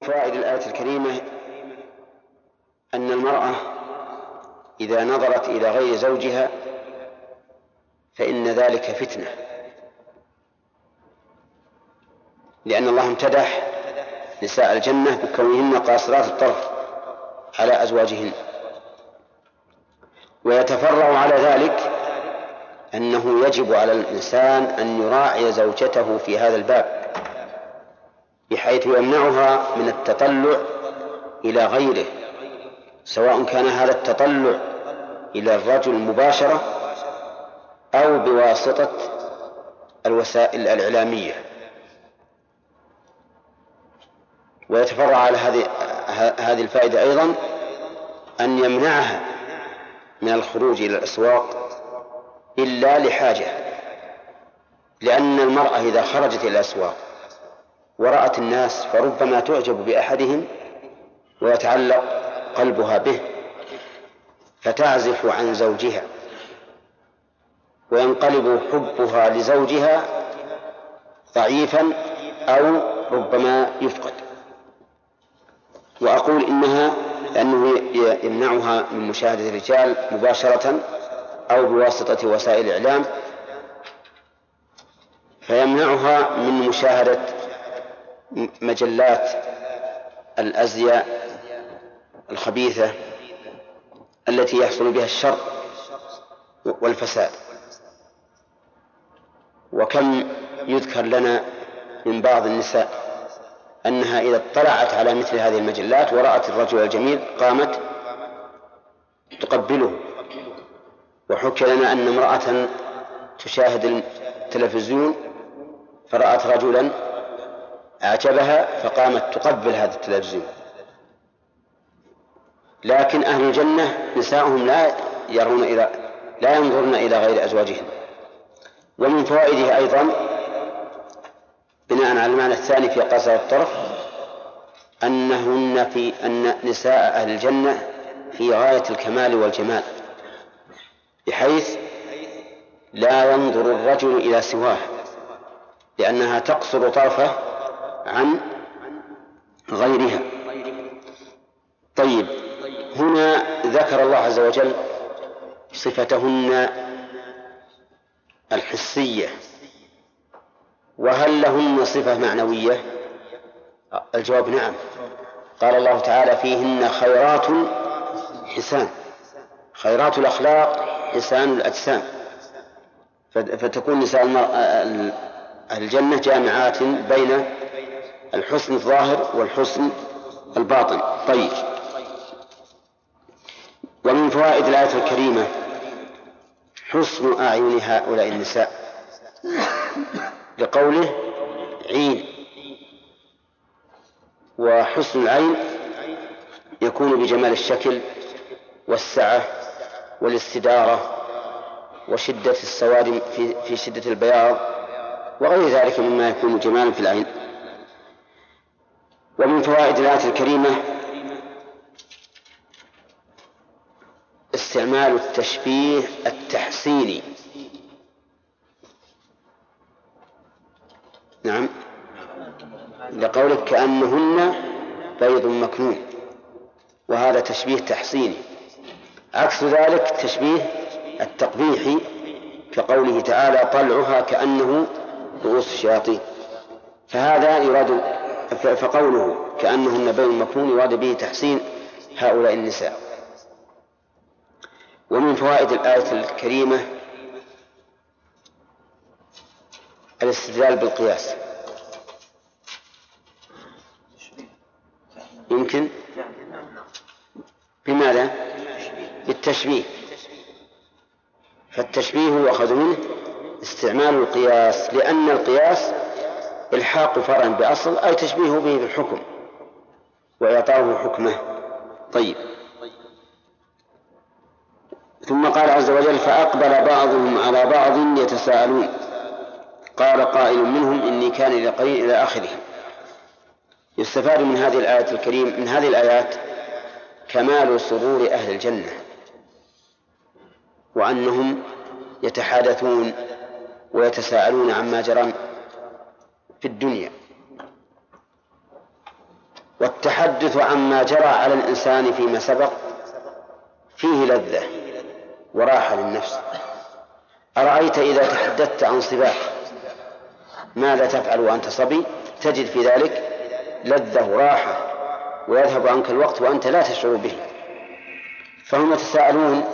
فوائد الآية الكريمة أن المرأة إذا نظرت إلى غير زوجها فإن ذلك فتنة، لأن الله امتدح نساء الجنة بكونهن قاصرات الطرف على أزواجهن، ويتفرع على ذلك أنه يجب على الإنسان أن يراعي زوجته في هذا الباب، بحيث يمنعها من التطلع إلى غيره، سواء كان هذا التطلع إلى الرجل مباشرة أو بواسطة الوسائل الإعلامية. ويتفرع على هذه الفائدة أيضا أن يمنعها من الخروج إلى الأسواق إلا لحاجة، لأن المرأة إذا خرجت إلى الأسواق ورأت الناس فربما تعجب بأحدهم ويتعلق قلبها به فتعزف عن زوجها وينقلب حبها لزوجها ضعيفا أو ربما يفقد. وأقول إنها لأنه يمنعها من مشاهدة الرجال مباشرة أو بواسطة وسائل الإعلام، فيمنعها من مشاهدة مجلات الأزياء الخبيثة التي يحصل بها الشر والفساد. وكم يذكر لنا من بعض النساء أنها إذا اطلعت على مثل هذه المجلات ورأت الرجل الجميل قامت تقبله. وحكي لنا أن امرأة تشاهد التلفزيون فرأت رجلا أعجبها فقامت تقبل هذا التلفزيون. لكن أهل الجنة نساؤهم لا ينظرن إلى غير أزواجهن. ومن فوائده أيضا بناء على المعنى الثاني في قصر الطرف أن نساء أهل الجنة في غاية الكمال والجمال، بحيث لا ينظر الرجل إلى سواه، لأنها تقصر طرفه عن غيرها. طيب، هنا ذكر الله عز وجل صفتهن الحسية، وهل لهن صفة معنوية؟ الجواب نعم. قال الله تعالى فيهن خيرات حسان، خيرات الأخلاق حسان الأجسام، فتكون نساء الجنة جامعات بين الحسن الظاهر والحسن الباطن. طيب، ومن فوائد الآية الكريمة حسن أعين هؤلاء النساء، لقوله عين، وحسن العين يكون بجمال الشكل والسعة والاستدارة وشدة السواد في شدة البياض وغير ذلك مما يكون جمالا في العين. ومن فوائد الآية الكريمة استعمال التشبيه التحسيني. نعم، لقولك كأنهن بيض مكنون، وهذا تشبيه تحسيني. عكس ذلك تشبيه التقبيحي كقوله تعالى طلعها كأنه رؤوس الشياطين، فقوله كأنهن بيض مكنون يراد به تحسين هؤلاء النساء. ومن فوائد الآية الكريمة الاستدلال بالقياس. يمكن بماذا؟ بالتشبيه. فالتشبيه يؤخذ منه استعمال القياس، لأن القياس الحاق فرع بأصل، أي تشبيهه به بالحكم وإعطاه حكمه. طيب، ثم قال عز وجل فأقبل بعضهم على بعض يتساءلون قال قائل منهم إني كان لي قرين إلى آخره. يستفاد من هذه الآية الكريمة من هذه الآيات كمال سرور أهل الجنة، وأنهم يتحادثون ويتساءلون عما جرى في الدنيا. والتحدث عما جرى على الإنسان فيما سبق فيه لذة وراحة للنفس. أرأيت إذا تحدثت عن صباح ماذا تفعل وأنت صبي؟ تجد في ذلك لذة وراحة ويذهب عنك الوقت وأنت لا تشعر به. فهم يتساءلون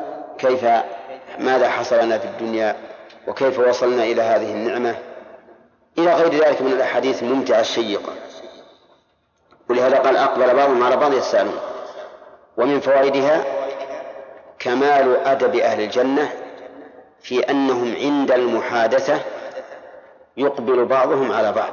ماذا حصل لنا في الدنيا وكيف وصلنا إلى هذه النعمة إلى غير ذلك من الأحاديث الممتعة الشيقة. ولهذا قال أقبل بعضهم على بعض يتساءلون. ومن فوائدها كمال أدب أهل الجنة في أنهم عند المحادثة يقبل بعضهم على بعض،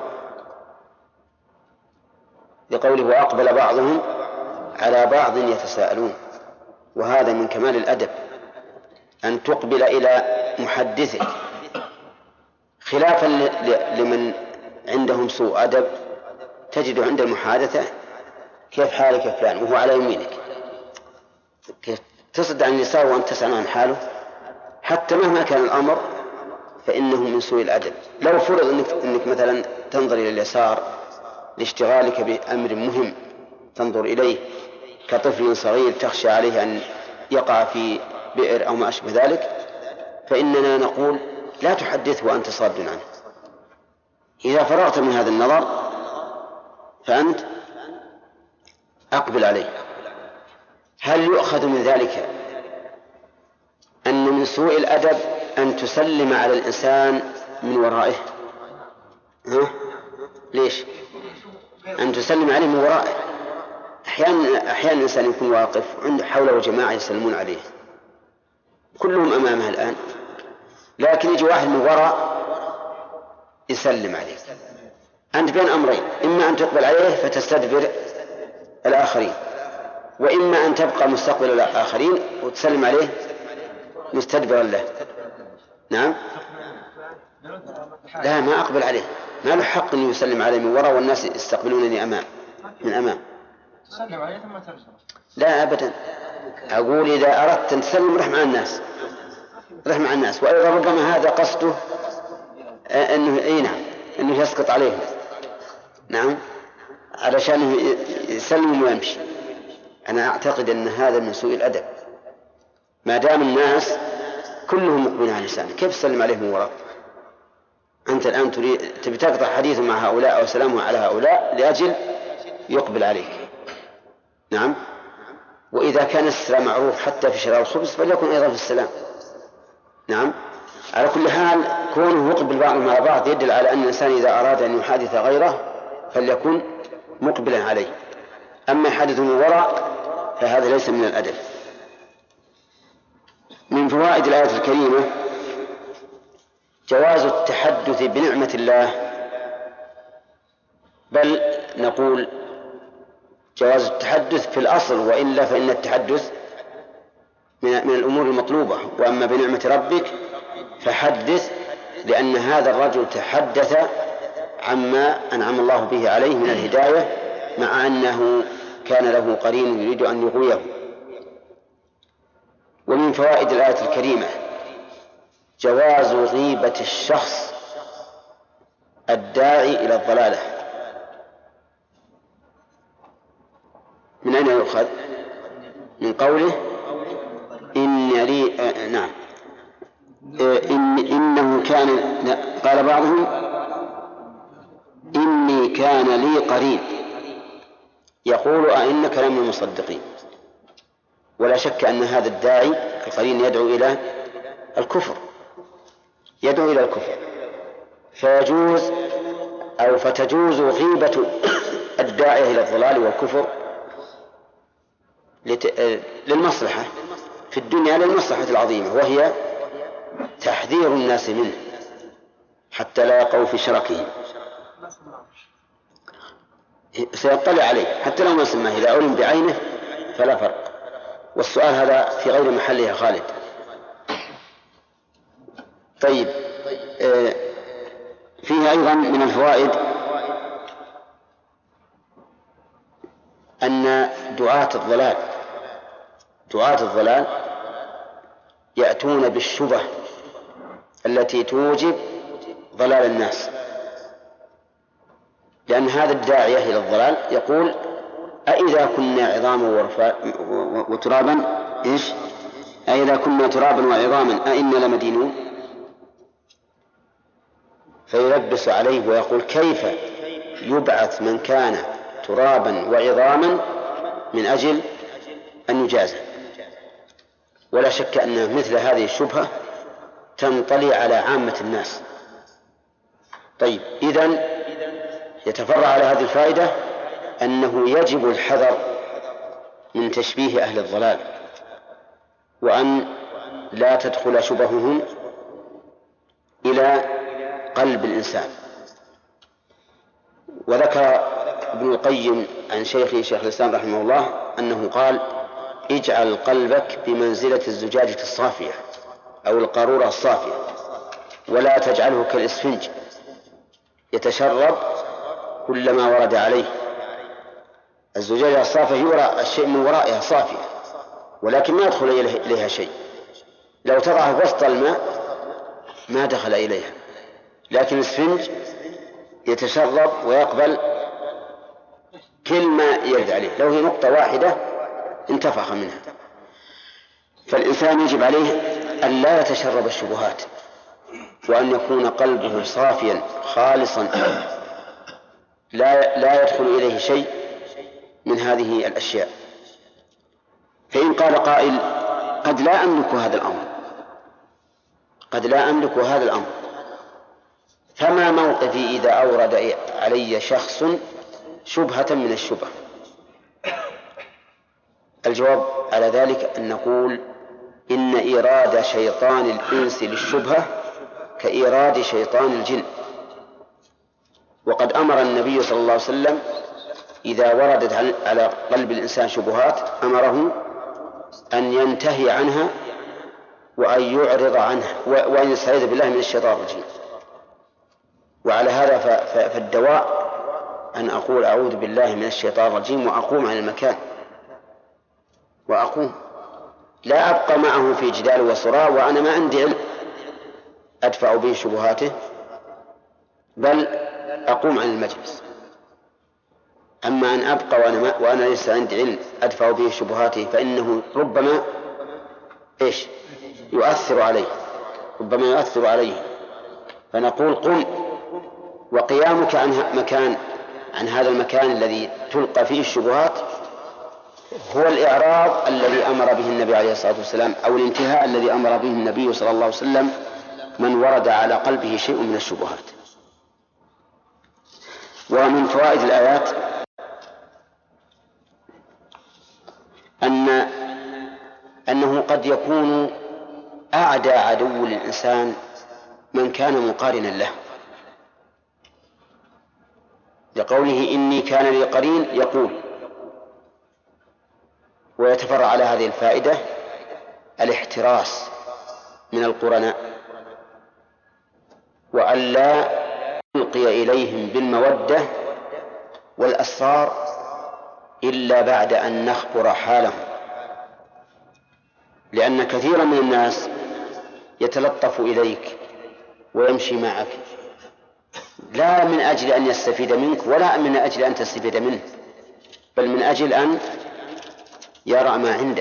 لقوله وأقبل بعضهم على بعض يتساءلون. وهذا من كمال الأدب أن تقبل إلى محدثك، خلافا لمن عندهم سوء أدب تجد عند المحادثة كيف حالك يا فلان وهو على يمينك، كيف تصد عن اليسار وأنت تسأل عن حاله، حتى مهما كان الأمر فإنه من سوء الأدب. لو فرض أنك مثلا تنظر إلى اليسار لاشتغالك بأمر مهم تنظر إليه كطفل صغير تخشى عليه أن يقع في بئر أو ما أشبه ذلك، فإننا نقول لا تحدثه وأنت صاد عنه. إذا فرغت من هذا النظر فأنت أقبل عليه. هل يؤخذ من ذلك أن من سوء الأدب أن تسلم على الإنسان من ورائه؟ ليش؟ أن تسلم عليه من ورائه. أحيانا الإنسان يكون واقف عند حوله جماعة يسلمون عليه كلهم أمامه الآن، لكن يجي واحد من وراء يسلم عليه. أنت بين أمرين، إما أن تقبل عليه فتستدبر الآخرين، وإما أن تبقى مستقبل الآخرين وتسلم عليه مستدبرا له. نعم، لا ما أقبل عليه، ما له حق أن يسلم عليه من وراء والناس يستقبلونني من أمام. تسلم عليه ثم ترجع. لا أبدا، أقول إذا أردت أن تسلم رح مع الناس، وأيضا ربما هذا قصده أنه يسقط عليهم. نعم، علشان يسلم ويمشي. أنا أعتقد أن هذا من سوء الأدب، ما دام الناس كلهم مقبلين على لسانه كيف تسلم عليهم من وراء؟ أنت الآن تبي تقطع حديث مع هؤلاء أو سلامه على هؤلاء لأجل يقبل عليك. نعم، وإذا كان السلام معروف حتى في شراء الخبز فليكن أيضا في السلام. نعم، على كل حال كونه يقبل بعضهم على بعض يدل على أن الإنسان إذا أراد أن يحادث غيره فليكن مقبلا عليه. أما حادث من وراء فهذا ليس من الأدب. من فوائد الآية الكريمة جواز التحدث بنعمة الله، بل نقول جواز التحدث في الأصل، وإلا فإن التحدث من الأمور المطلوبة. وأما بنعمة ربك فحدث، لأن هذا الرجل تحدث عما أنعم الله به عليه من الهداية، مع أنه كان له قرين يريد أن يغويه. ومن فوائد الآية الكريمة جواز غيبة الشخص الداعي إلى الضلالة. من أين يؤخذ؟ من قوله إنه كان، قال بعضهم إني كان لي قرين يقول أئنك لمن المصدقين. ولا شك أن هذا الداعي القرين يدعو إلى الكفر، فتجوز غيبة الداعي إلى الضلال والكفر للمصلحة في الدنيا، للمصلحة العظيمة، وهي تحذير الناس منه حتى لا يقعوا في شركه. سيطلع عليه حتى لو ما سماه، إذا علم بعينه فلا فرق. والسؤال هذا في غير محله يا خالد. طيب، فيه أيضا من الفوائد أن دعاة الضلال يأتون بالشبه التي توجب ضلال الناس، لأن هذا الداعية إلى الضلال يقول أإذا كنا عظاما وترابا إيش؟ أإذا كنا ترابا وعظاما أإنا لمدينون؟ فيلبس عليه ويقول كيف يبعث من كان ترابا وعظاما من أجل أن يجازى؟ ولا شك أن مثل هذه الشبهة تنطلي على عامة الناس. طيب، إذن يتفرع على هذه الفائدة أنه يجب الحذر من تشبيه أهل الضلال، وأن لا تدخل شبههم إلى قلب الإنسان. وذكر ابن القيم عن شيخ الإسلام رحمه الله أنه قال: اجعل قلبك بمنزلة الزجاجة الصافية أو القارورة الصافية، ولا تجعله كالإسفنج يتشرب كلما ورد عليه. الزجاجة الصافية يرى الشيء من ورائها صافية ولكن ما يدخل إليها شيء، لو تضعه وسط الماء ما دخل إليها، لكن الإسفنج يتشرب ويقبل كل ما يرد عليه، لو هي نقطة واحدة انتفخ منها. فالإنسان يجب عليه أن لا يتشرب الشبهات، وأن يكون قلبه صافيا خالصا لا يدخل إليه شيء من هذه الأشياء. فإن قال قائل: قد لا أملك هذا الأمر، فما موقفي إذا أورد علي شخص شبهة من الشبه؟ الجواب على ذلك أن نقول: إن إيراد شيطان الإنس للشبهة كإيراد شيطان الجن. وقد أمر النبي صلى الله عليه وسلم إذا وردت على قلب الإنسان شبهات أمره أن ينتهي عنها وأن يعرض عنها وأن يستعيذ بالله من الشيطان الرجيم. وعلى هذا فالدواء أن أقول أعوذ بالله من الشيطان الرجيم وأقوم عن المكان، لا أبقى معه في جدال وصراع وأنا ما عندي علم أدفع به شبهاته، بل أقوم عن المجلس. أما أن أبقى وأنا ليس عندي علم أدفع به شبهاته فإنه ربما يؤثر عليه، فنقول: قم. وقيامك عن هذا المكان الذي تلقى فيه الشبهات هو الإعراض الذي أمر به النبي عليه الصلاة والسلام، أو الانتهاء الذي أمر به النبي صلى الله عليه وسلم من ورد على قلبه شيء من الشبهات. ومن فوائد الآيات أنه قد يكون أعدى عدو للإنسان من كان مقارنا له، لقوله: إني كان لي قرين يقول. ويتفرع على هذه الفائدة الاحتراس من القرناء، وأن لا يلقي إليهم بالمودة والأسرار إلا بعد أن نخبر حالهم، لأن كثيرا من الناس يتلطف إليك ويمشي معك لا من أجل أن يستفيد منك ولا من أجل أن تستفيد منه، بل من أجل أن يرى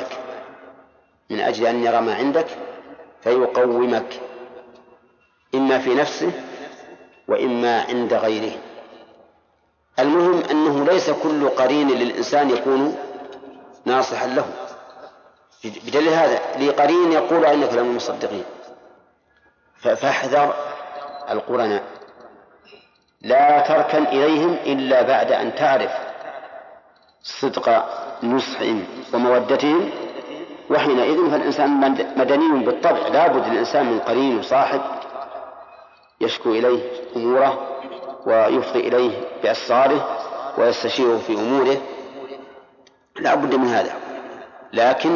ما عندك، فيقومك إما في نفسه وإما عند غيره. المهم أنه ليس كل قرين للإنسان يكون ناصحا له، بدليل هذا لي قرين يقول إنك لمن المصدقين. فاحذر القرناء، لا تركن إليهم إلا بعد أن تعرف صدق نصحهم ومودتهم، وحينئذ فالإنسان مدني بالطبع، لا بد الإنسان من قرين وصاحب يشكو إليه أموره ويفضي إليه بأسراره ويستشيره في أموره، لا بد من هذا. لكن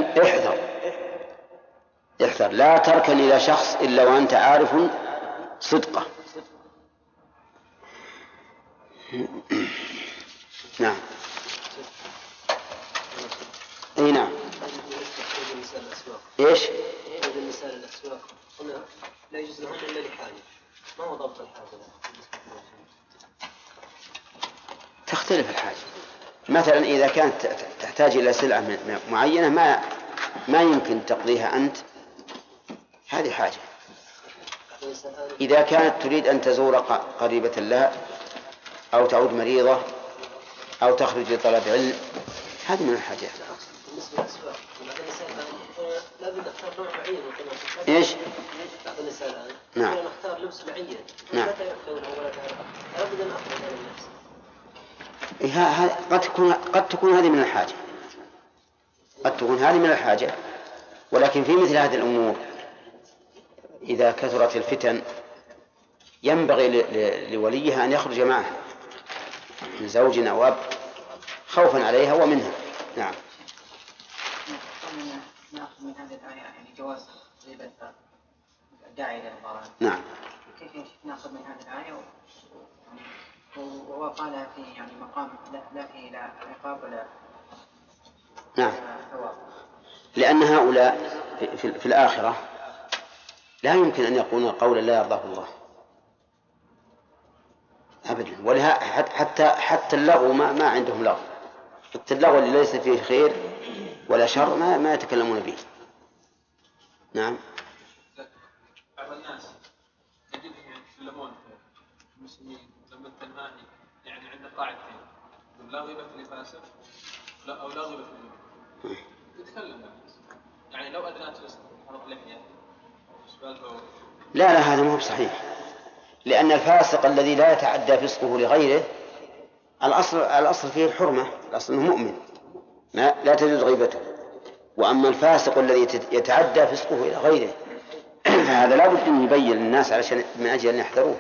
احذر لا تركن إلى شخص إلا وأنت عارف صدقه. نعم. اي نعم. ايش؟ النساء الأسواق قلنا لا يجوز لهم إلا لحاجة، ما هو ضبط الحاجة؟ تختلف الحاجة، مثلا إذا كانت تحتاج إلى سلعة معينة ما يمكن تقضيها أنت، هذه حاجة. إذا كانت تريد أن تزور قريبة لها أو تعود مريضة أو تخرج لطلب علم، هذه من الحاجات. بالنسبة للأسواق بعض النساء لابد نختار نوع معين إيش؟ بعض النساء الآن نعم. نختار لبس معين نعم. لا تعرف لونه ولا تعرف، لابد أن أخرج على النفس. قد تكون هذه من الحاجة، قد تكون هذه من الحاجة، ولكن في مثل هذه الأمور إذا كثرت الفتن ينبغي لوليها أن يخرج معها من زوج أو أب خوفا عليها ومنها. نعم. نأخذ من هذه الآية يعني جواز غيبة الداعي إلى المباراة. نعم. كيف نأخذ من هذه الآية وهو قال في يعني مقام لا فيه لا عقاب ولا نعم. ثواب. لأن هؤلاء في الآخرة لا يمكن أن يقولوا قولا لا يرضاه الله أبدا، ولها حتى اللغو ما عندهم لغو، حتى اللغو اللي ليس فيه خير ولا شر ما يتكلمون به. نعم. بعض الناس يجدهم يتكلمون في المسلمين لما التنهاني يعني عند قاعدتين لا غيبة لفاسق أو لا غيبة للمؤمن يتكلم الناس يعني لو أدنات حرق لحية لا هذا مو بصحيح، لأن الفاسق الذي لا يتعدى فسقه لغيره الأصل فيه الحرمة، الأصل أنه مؤمن لا تجوز غيبته. وأما الفاسق الذي يتعدى فسقه إلى غيره فهذا لا بد أن يبين للناس علشان من أجل أن يحذروه.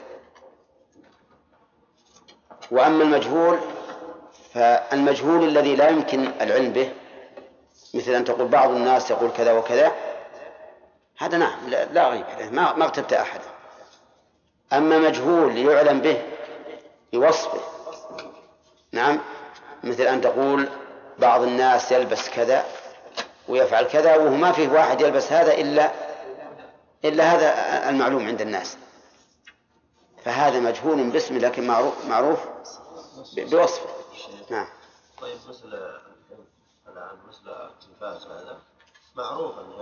وأما المجهول فالمجهول الذي لا يمكن العلم به، مثل أن تقول بعض الناس يقول كذا وكذا، هذا نعم لا غيب ما اغتبت أحدا. أما مجهول يعلم به بوصفه، نعم، مثل أن تقول بعض الناس يلبس كذا ويفعل كذا وهو ما فيه واحد يلبس هذا إلا هذا المعلوم عند الناس، فهذا مجهول باسمه لكن معروف بوصفه. نعم. طيب مثل التلفاز هذا معروف أنه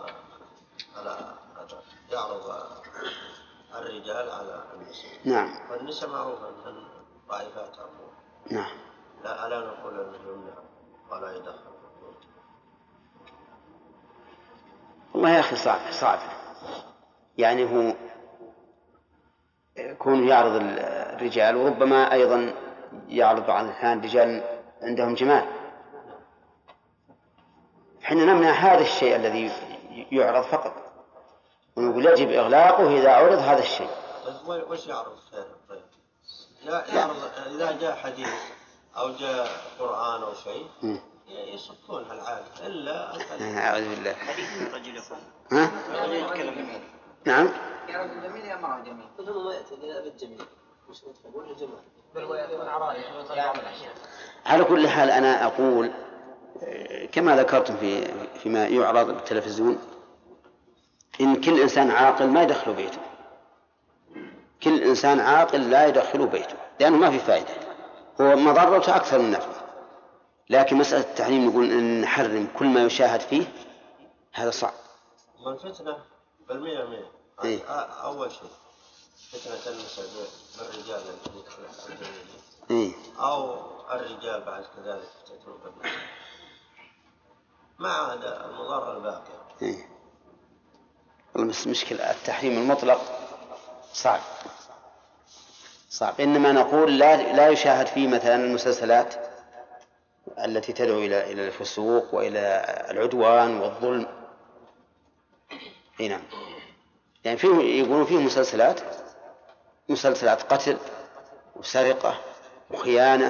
يعرض الرجال على النساء. نعم. والنساء معروف أنهن ضعيفات أمور. نعم. ألا نقول أنه يمنع ولا يدخل. والله يا أخي صعب يعني هو يكون يعرض الرجال، وربما أيضا يعرض بعض الأحيان رجال عندهم جمال، حين نمنع هذا الشيء الذي يعرض فقط ونقول يجب إغلاقه إذا عرض هذا الشيء. وش يعرض خير؟ يعرض إذا جاء حديث أو جاء قرآن أو شيء يصفون هالعالم إلا أعوذ بالله. حديث الرجل يقول ها؟ يتكلم جميل. نعم. يا رجل جميل يا مرأة جميل. كلهم ما يأتي إلى أبد جميل مش ولا جمال بل ويكون عراية. على كل حال أنا أقول كما ذكرتم فيما يعرض بالتلفزيون إن كل إنسان عاقل ما يدخل بيته، كل إنسان عاقل لا يدخل بيته لأنه ما في فائدة، هو مضرته أكثر من نفعه. لكن مسألة التحريم نقول إن نحرم كل ما يشاهد فيه هذا صعب. والفتنة بالمية أول شيء فتنة النساء بالرجال الذي يدخل أو الرجال بعد كذلك فتنة بالمية مع هذا المضار الباقي. المشكلة التحريم المطلق صعب. إنما نقول لا يشاهد فيه مثلا المسلسلات التي تدعو إلى الفسوق وإلى العدوان والظلم. نعم. يعني يقولون فيه مسلسلات قتل وسرقة وخيانة.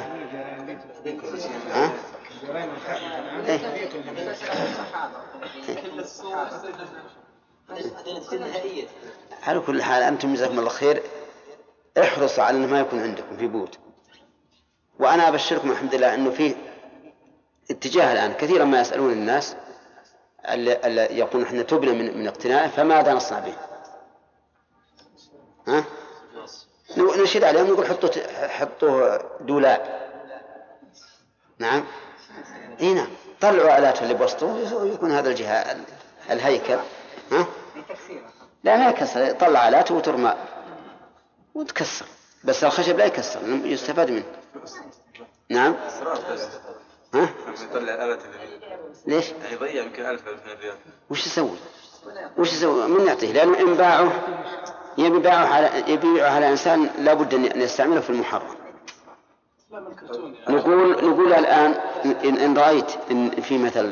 على كل حال أنتم جزاكم الله خير احرصوا على أن ما يكون عندكم في بيوت. وأنا أبشركم الحمد لله أنه فيه اتجاه الآن كثيرا ما يسألون الناس يقولون إحنا تبنى من اقتناء فماذا نصنع به؟ نشير عليهم نقول حطوا دولاب نعم اي نعم، طلعوا آلات اللي بوسطه ويكون هذا الجهة الهيكل. ها؟ لا ما يكسر، طلع آلاته وترمى وتكسر، بس الخشب لا يكسر، يستفاد منه. نعم. ها؟ يطلع الآلات ليش؟ يضيع يمكن 1000 ريال. وش يسوي؟ من يعطيه؟ لأنه إن باعه يبيعه على إنسان لا بد أن يستعمله في المحرم. نقول الآن إن رأيت إن في مثل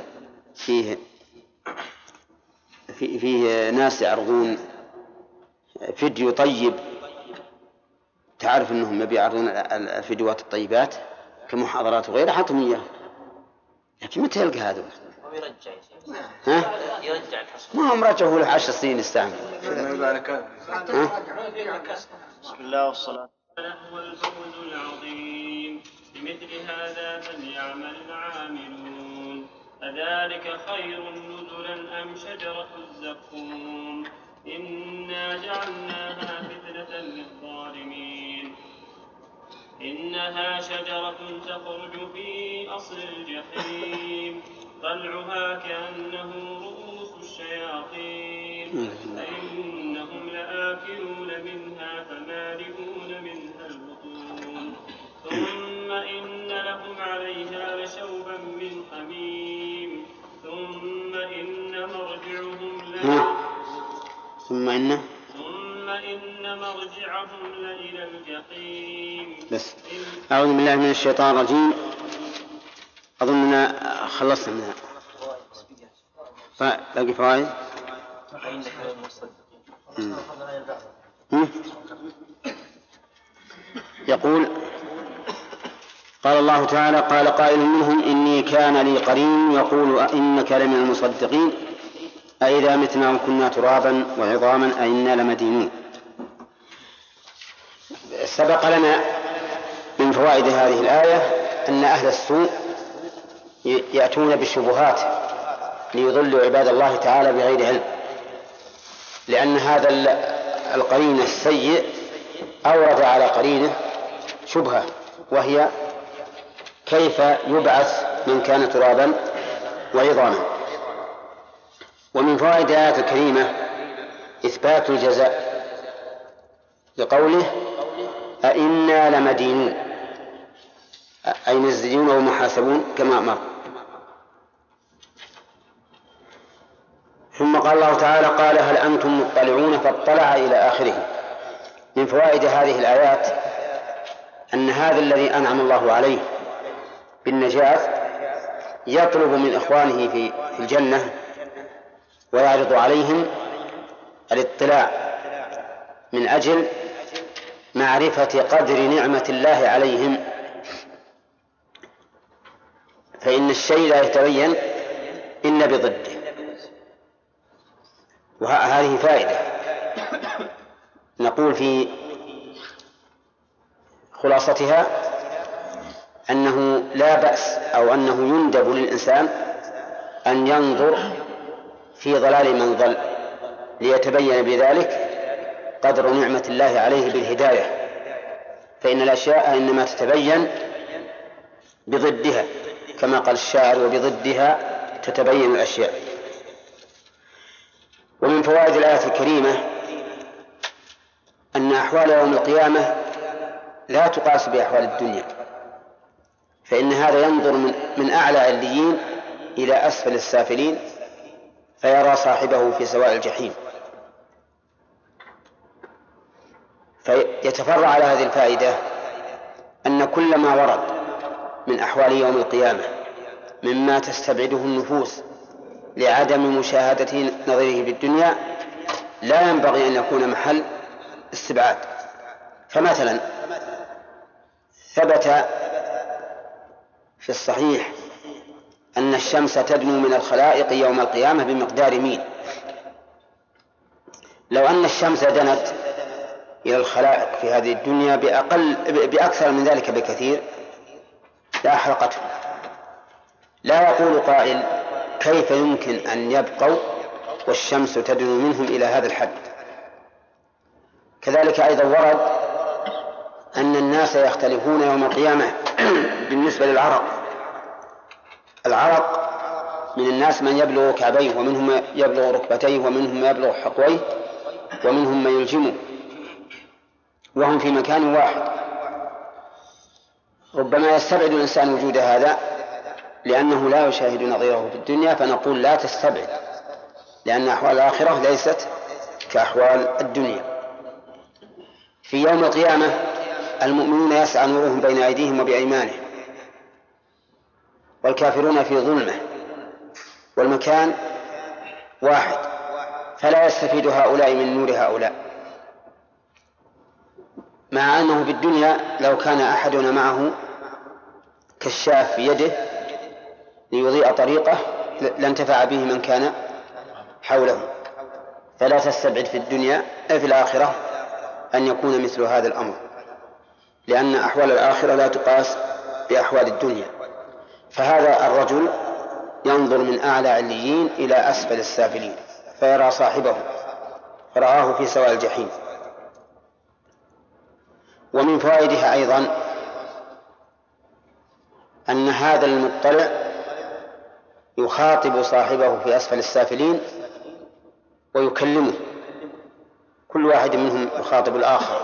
فيه ناس يعرضون فيديو طيب، تعرف أنهم يعرضون الفيديوهات الطيبات كمحاضرات وغيرها، حطهم إياه، لكن متى يلقى هذا؟ ها؟ ما هم رجعوا له 10 سنين يستعمل. بسم الله والصلاة. هو الفوز العظيم، بمثل هذا فليعمل العاملون. أذلك خير نزلا أم شجرة الزقوم إنا جعلناها فتنة للظالمين. إنها شجرة تخرج في أصل الجحيم طلعها كأنه رؤوس الشياطين فإنهم لآكلون منها فمالئون منها البطون ثم إن لهم عليها لشوبا من حميم ثم إن مرجعهم لإلى الجحيم. بس أعوذ بالله من الشيطان الرجيم. أظننا خلصنا منها. باقي فوائد. يقول قال الله تعالى قال قائل منهم إني كان لي قرين يقول أئنك لمن المصدقين أئذا متنا وكنا ترابا وعظاما أئنا لمدينون. سبق لنا من فوائد هذه الآية أن أهل السوء يأتون بالشبهات ليضلوا عباد الله تعالى بغير علم، لأن هذا القرين السيء أورد على قرينه شبهة، وهي كيف يبعث من كان ترابا وعظاما. ومن فوائد الآية الكريمة إثبات الجزاء لقوله أئنا لمدينون، أي مزجون ومحاسبون كما أمر. ثم قال الله تعالى قال هل أنتم مطلعون فاطلع إلى آخره. من فوائد هذه الآيات أن هذا الذي أنعم الله عليه بالنجاة يطلب من إخوانه في الجنة ويعرض عليهم الاطلاع من أجل معرفة قدر نعمة الله عليهم، فإن الشيء لا يتبين إلا بضده. وهذه فائدة نقول في خلاصتها أنه لا بأس أو أنه يندب للإنسان أن ينظر في ضلال من ضل ليتبين بذلك قدر نعمة الله عليه بالهداية، فإن الأشياء إنما تتبين بضدها كما قال الشاعر وبضدها تتبين الأشياء. ومن فوائد الآية الكريمة أن أحوال يوم القيامة لا تقاس بأحوال الدنيا، فإن هذا ينظر من أعلى عليين إلى أسفل السافلين فيرى صاحبه في سواء الجحيم. فيتفرع على هذه الفائدة أن كل ما ورد من أحوال يوم القيامة مما تستبعده النفوس لعدم مشاهدة نظيره بالدنيا لا ينبغي أن يكون محل استبعاد. فمثلا ثبت في الصحيح أن الشمس تدنو من الخلائق يوم القيامة بمقدار ميل. لو أن الشمس دنت إلى الخلائق في هذه الدنيا بأكثر من ذلك بكثير لأحرقته. لا يقول قائل كيف يمكن أن يبقوا والشمس تدنو منهم إلى هذا الحد. كذلك أيضا ورد أن الناس يختلفون يوم القيامة بالنسبة للعرق، العرق من الناس من يبلغ كعبيه، ومنهم يبلغ ركبتيه، ومنهم يبلغ حقويه، ومنهم من يلجمه، وهم في مكان واحد. ربما يستبعد الإنسان وجود هذا لأنه لا يشاهد نظيره في الدنيا، فنقول لا تستبعد، لأن أحوال الآخرة ليست كأحوال الدنيا. في يوم القيامة المؤمنون يسعى نورهم بين أيديهم وبأيمانهم، والكافرون في ظلمة، والمكان واحد، فلا يستفيد هؤلاء من نور هؤلاء، مع أنه في الدنيا لو كان أحدنا معه كشاف في يده ليضيء طريقه لانتفع به من كان حوله. فلا تستبعد في الدنيا في الآخرة أن يكون مثل هذا الأمر، لأن أحوال الآخرة لا تقاس بأحوال الدنيا. فهذا الرجل ينظر من أعلى عليين إلى أسفل السافلين فيرى صاحبه، فرآه في سواء الجحيم. ومن فوائدها أيضا أن هذا المطلع يخاطب صاحبه في أسفل السافلين ويكلمه، كل واحد منهم يخاطب الآخر،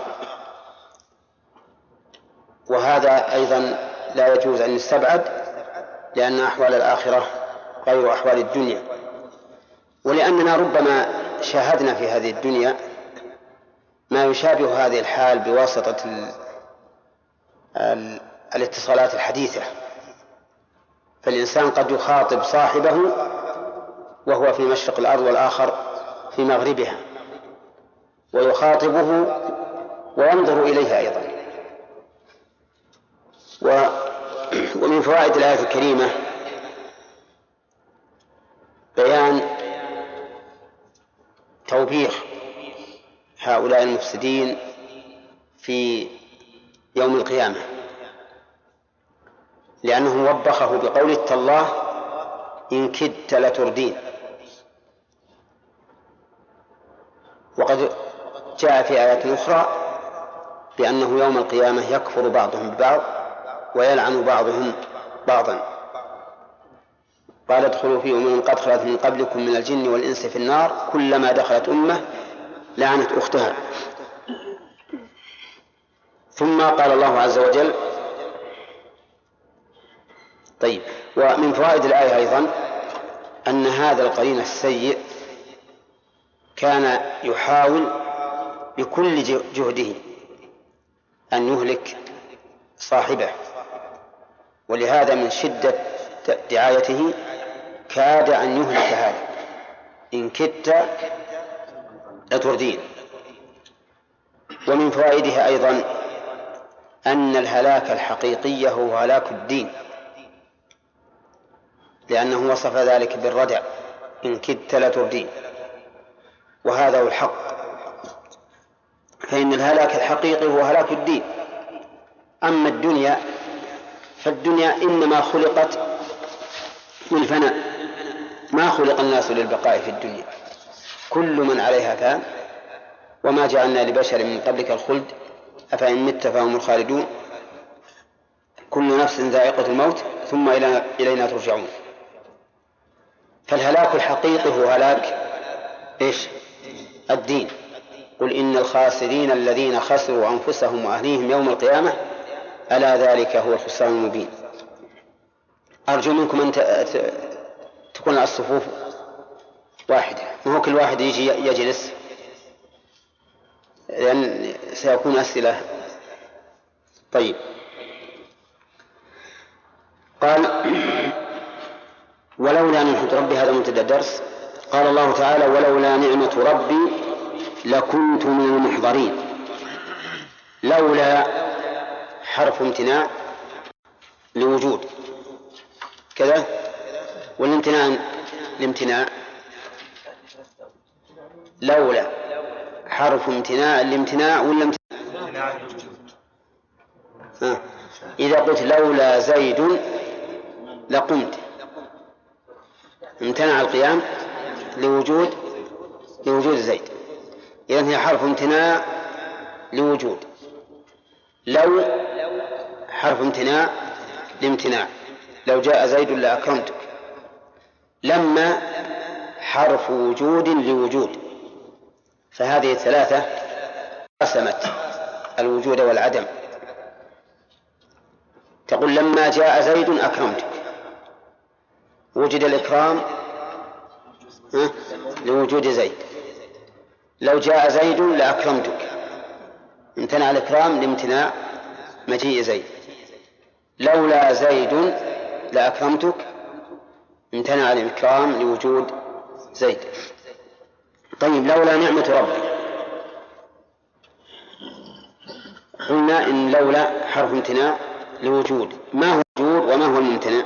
وهذا أيضا لا يجوز أن يستبعد، لأن أحوال الآخرة غير أحوال الدنيا. ولأننا ربما شاهدنا في هذه الدنيا ما يشابه هذه الحال بواسطة الاتصالات الحديثة، فالإنسان قد يخاطب صاحبه وهو في مشرق الأرض والآخر في مغربها، ويخاطبه وينظر إليه أيضا. ومن فوائد الآية الكريمة بيان توبيخ هؤلاء المفسدين في يوم القيامة، لأنه وبخه بقوله تالله إن كدت لتردين. وقد جاء في آيات أخرى بأنه يوم القيامة يكفر بعضهم ببعض ويلعن بعضهم بعضا. قال ادخلوا في أمم قد خلت من قبلكم من الجن والإنس في النار كلما دخلت أمة لعنت أختها. ثم قال الله عز وجل طيب. ومن فوائد الآية أيضا أن هذا القرين السيء كان يحاول بكل جهده أن يهلك صاحبه، ولهذا من شدة دعايته كاد أن يهلك هذا إن كدت لتردين. ومن فوائدها أيضا أن الهلاك الحقيقي هو هلاك الدين، لأنه وصف ذلك بالردع إن كدت لتردين، وهذا هو الحق. فإن الهلاك الحقيقي هو هلاك الدين. أما الدنيا فالدنيا إنما خلقت للفناء، ما خلق الناس للبقاء في الدنيا. كل من عليها فان، وما جعلنا لبشر من قبلك الخلد أفإن مت فهم الخالدون كل نفس ذائقة الموت ثم إلينا ترجعون. فالهلاك الحقيقي هو هلاك الدين. قل إن الخاسرين الذين خسروا أنفسهم وأهليهم يوم القيامة ألا ذلك هو الخسران المبين. أرجو منكم أن تكون الصفوف واحدة، ما هو كل واحد يجي يجلس، لأن سيكون أسئلة. طيب. قال ولولا نعمة ربي، هذا منتدى الدرس. قال الله تعالى ولولا نعمة ربي لكنت من المحضرين. لولا حرف امتناع لوجود كذا، والامتناع الامتناع لولا حرف امتناع الامتناع ولا إذا قلت لولا زيد لقمت، امتنع القيام لوجود زيد، إذن هي حرف امتناع لوجود. لو حرف امتناع لامتناع لو جاء زيد لأكرمتك. لما حرف وجود لوجود، فهذه الثلاثة قسمت الوجود والعدم. تقول لما جاء زيد أكرمتك، وجد الإكرام لوجود زيد. لو جاء زيد لأكرمتك، امتنع الإكرام لامتناع مجيء زيد. لولا زيد لأكرمتك، امتنع الإكرام لوجود زيد. طيب لولا نعمة ربي، قلنا إن لولا حرف امتناع لوجود. ما هو الوجود وما هو الممتنع؟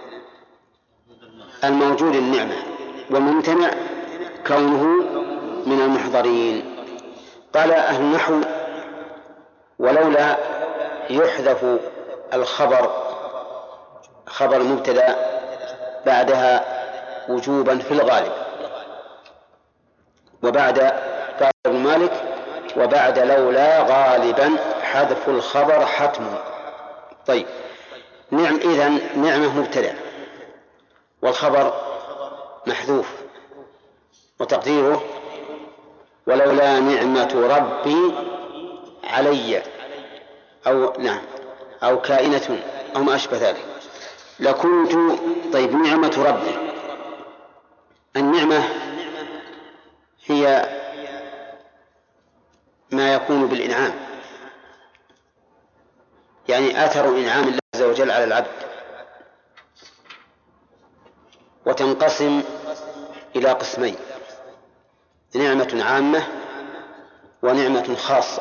الموجود النعمة، والممتنع كونه من المحضرين. قال أهل النحو ولولا يحذف الخبر، خبر مبتدأ بعدها وجوبا في الغالب. قال ابن مالك وبعد لولا غالبا حذف الخبر حتم. طيب إذن نعمة مبتدأ والخبر محذوف، وتقديره ولولا نعمة ربي علي أو كائنة أو ما أشبه ذلك لكنت. طيب نعمة ربي، النعمة هي ما يكون بالإنعام، يعني أثر إنعام الله عز وجل على العبد، وتنقسم إلى قسمين: نعمة عامة ونعمة خاصة.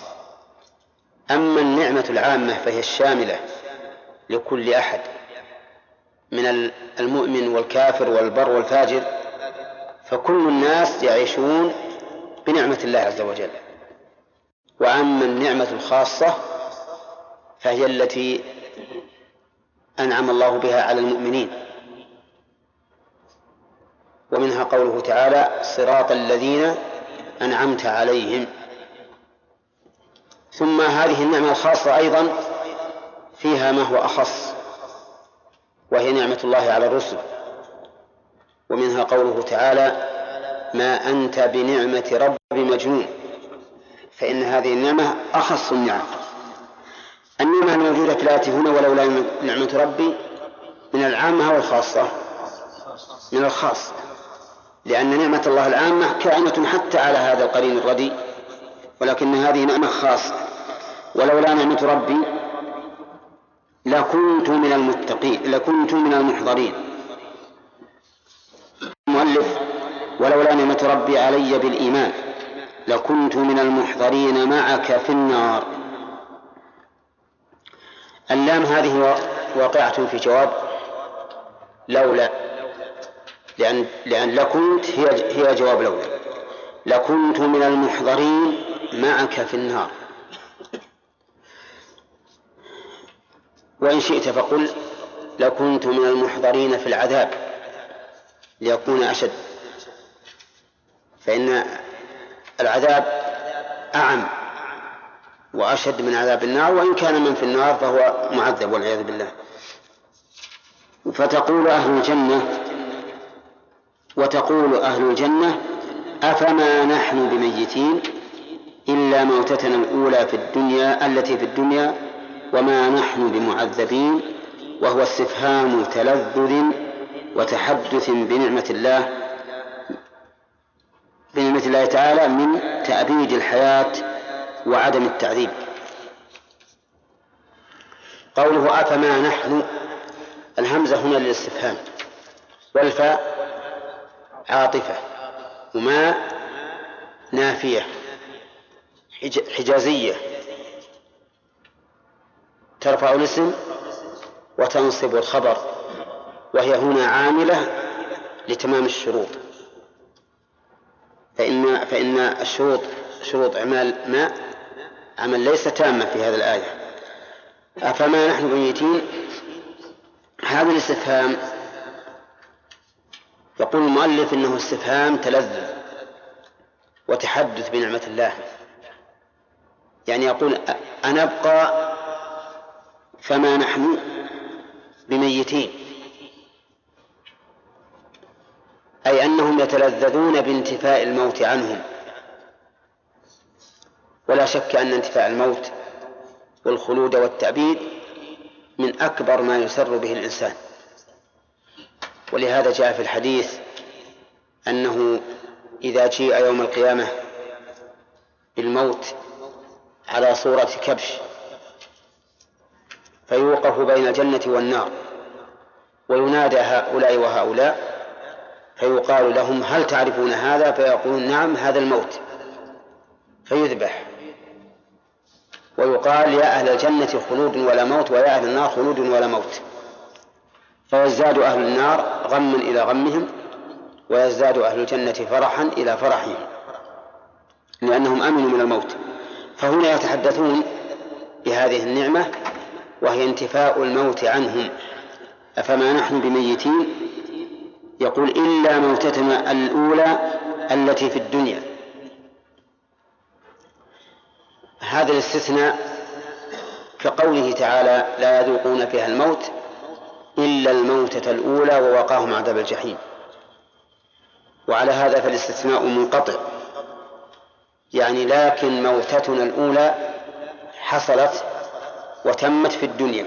أما النعمة العامة فهي الشاملة لكل أحد من المؤمن والكافر والبر والفاجر، فكل الناس يعيشون بنعمة الله عز وجل. وأما النعمة الخاصة فهي التي أنعم الله بها على المؤمنين، ومنها قوله تعالى صراط الذين أنعمت عليهم. ثم هذه النعمة الخاصة أيضا فيها ما هو أخص، وهي نعمة الله على الرسل، ومنها قوله تعالى ما أنت بنعمة رب بمجنون، فإن هذه النعمة أخص النعم. النعمة الموجودة في الآية هنا ولولا نعمة ربي من العامة والخاصة، من الخاص، لأن نعمة الله العامة كائنة حتى على هذا القرين الردي، ولكن هذه نعمة خاصة. ولولا نعمة ربي لكنت من المتقين، لكنت من المحضرين. المؤلف ولولا نعمة ربي علي بالإيمان لكنت من المحضرين معك في النار. اللام هذه واقعة في جواب لولا، لأن لكنت هي جواب لولا. لكنت من المحضرين معك في النار. وإن شئت فقل لكنت من المحضرين في العذاب ليكون أشد، فإن العذاب أعم وأشد من عذاب النار، وإن كان من في النار فهو معذب والعياذ بالله. فتقول أهل الجنة وتقول أهل الجنة أفما نحن بميتين إلا موتتنا الأولى في الدنيا التي في الدنيا وما نحن بمعذبين، وهو استفهام تلذذ وتحدث بنعمة الله تعالى من تأبيد الحياة وعدم التعذيب. قوله أفما نحن، الهمزة هنا للاستفهام، والفاء عاطفة، وما نافية حجازية ترفع الاسم وتنصب الخبر، وهي هنا عاملة لتمام الشروط، فإن الشروط شروط إعمال ما عمل ليس تامة في هذه الآية. أفما نحن بميتين، هذا الاستفهام يقول المؤلف إنه استفهام تلذذ وتحدث بنعمة الله، يعني يقول أنبقى فما نحن بميتين، أي أنهم يتلذذون بانتفاء الموت عنهم. ولا شك أن انتفاء الموت والخلود والتعبيد من أكبر ما يسر به الإنسان. ولهذا جاء في الحديث أنه إذا جيء يوم القيامة بالموت على صورة كبش فيوقف بين الجنة والنار وينادى هؤلاء وهؤلاء فيقال لهم هل تعرفون هذا؟ فيقولون نعم هذا الموت، فيذبح ويقال يا أهل الجنة خلود ولا موت ويا أهل النار خلود ولا موت، فيزداد أهل النار غما إلى غمهم ويزداد أهل الجنة فرحا إلى فرحهم لأنهم أمنوا من الموت. فهنا يتحدثون بهذه النعمة وهي انتفاء الموت عنهم. أفما نحن بميتين؟ يقول إلا موتتنا الأولى التي في الدنيا. هذا الاستثناء كقوله تعالى لا يذوقون فيها الموت إلا الموتة الأولى ووقاهم عذاب الجحيم. وعلى هذا فالاستثناء منقطع، يعني لكن موتتنا الأولى حصلت وتمت في الدنيا.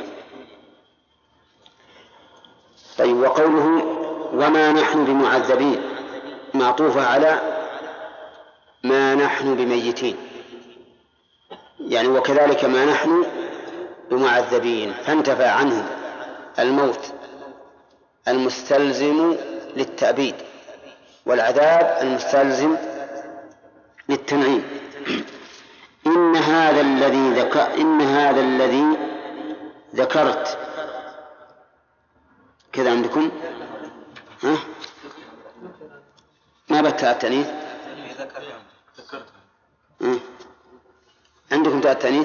طيب، وقوله وما نحن بمعذبين معطوفة على ما نحن بميتين، يعني وكذلك ما نحن بمعذبين، فانتفى عنهم الموت المستلزم للتأبيد والعذاب المستلزم للتنعيم. إن هذا الذي ذكرت كذا عندكم ها؟ ما بتاء التأنيث عندكم تاء التأنيث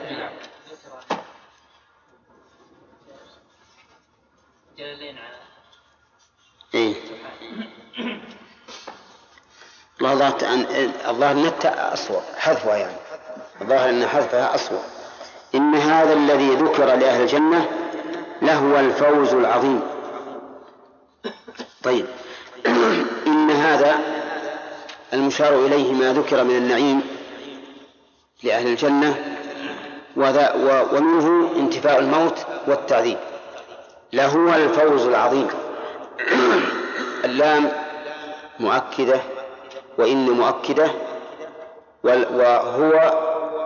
إيه؟ الظاهر أن التاء أصوب حذفها، يعني الظاهر أن حذفها أصوب. إن هذا الذي ذكر لأهل الجنة لهو الفوز العظيم. طيب، إن هذا المشار إليه ما ذكر من النعيم لأهل الجنة ومنه انتفاء الموت والتعذيب. لهو الفوز العظيم. اللام مؤكدة وإن مؤكدة وهو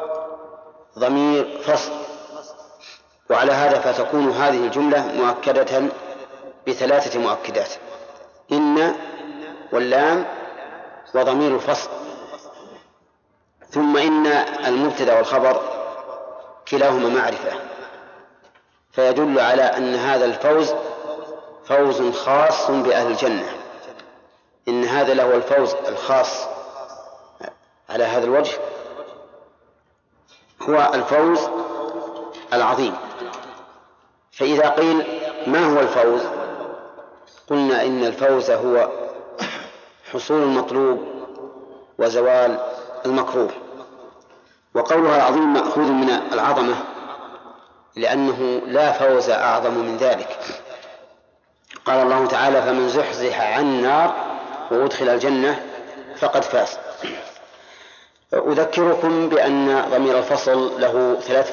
ضمير فصل، وعلى هذا فتكون هذه الجملة مؤكدة بثلاثة مؤكدات: إن واللام وضمير الفصل. ثم إن المبتدأ والخبر كلاهما معرفة، فيدل على أن هذا الفوز فوز خاص بأهل الجنة. إن هذا له الفوز الخاص على هذا الوجه، هو الفوز العظيم. فإذا قيل ما هو الفوز؟ قلنا إن الفوز هو حصول المطلوب وزوال المكروه. وقولها العظيم مأخوذ من العظمة، لأنه لا فوز أعظم من ذلك. قال الله تعالى فمن زحزح عن النار وأدخل الجنة فقد فاز. أذكركم بأن ضمير الفصل له ثلاث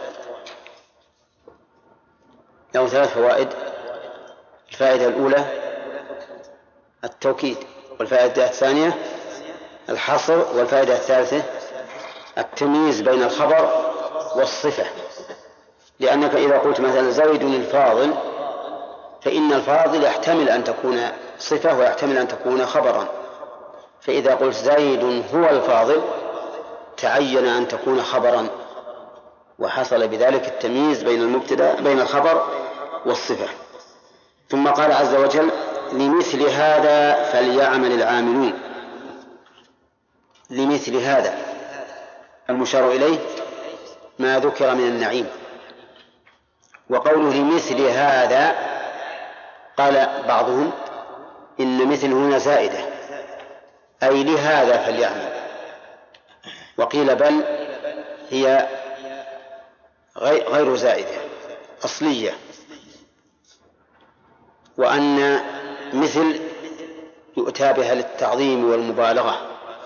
فوائد. الفائدة الأولى التوكيد، والفائدة الثانية الحصر، والفائدة الثالثة التمييز بين الخبر والصفة. لأنك إذا قلت مثلا زيد الفاضل فإن الفاضل يحتمل أن تكون صفة ويحتمل أن تكون خبرا، فإذا قلت زيد هو الفاضل تعين أن تكون خبرا، وحصل بذلك التمييز بين المبتدأ بين الخبر والصفة. ثم قال عز وجل لمثل هذا فليعمل العاملون. لمثل هذا المشار إليه ما ذكر من النعيم. وقوله لمثل هذا قال بعضهم إن مثل هنا زائدة أي لهذا فليعمل، وقيل بل هي غير زائدة أصلية، وأن مثل يؤتى بها للتعظيم والمبالغة،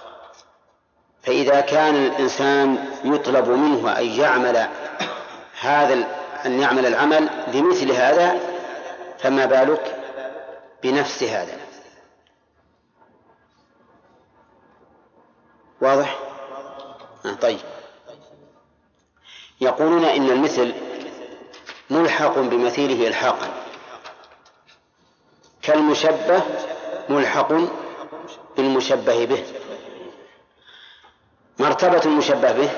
فإذا كان الإنسان يطلب منه أن يعمل العمل بمثل هذا، فما بالك بنفس هذا؟ واضح؟ طيب. يقولون إن المثل ملحق بمثيله إلحاقا، كالمشبه ملحق بالمشبه به. مرتبة المشبه به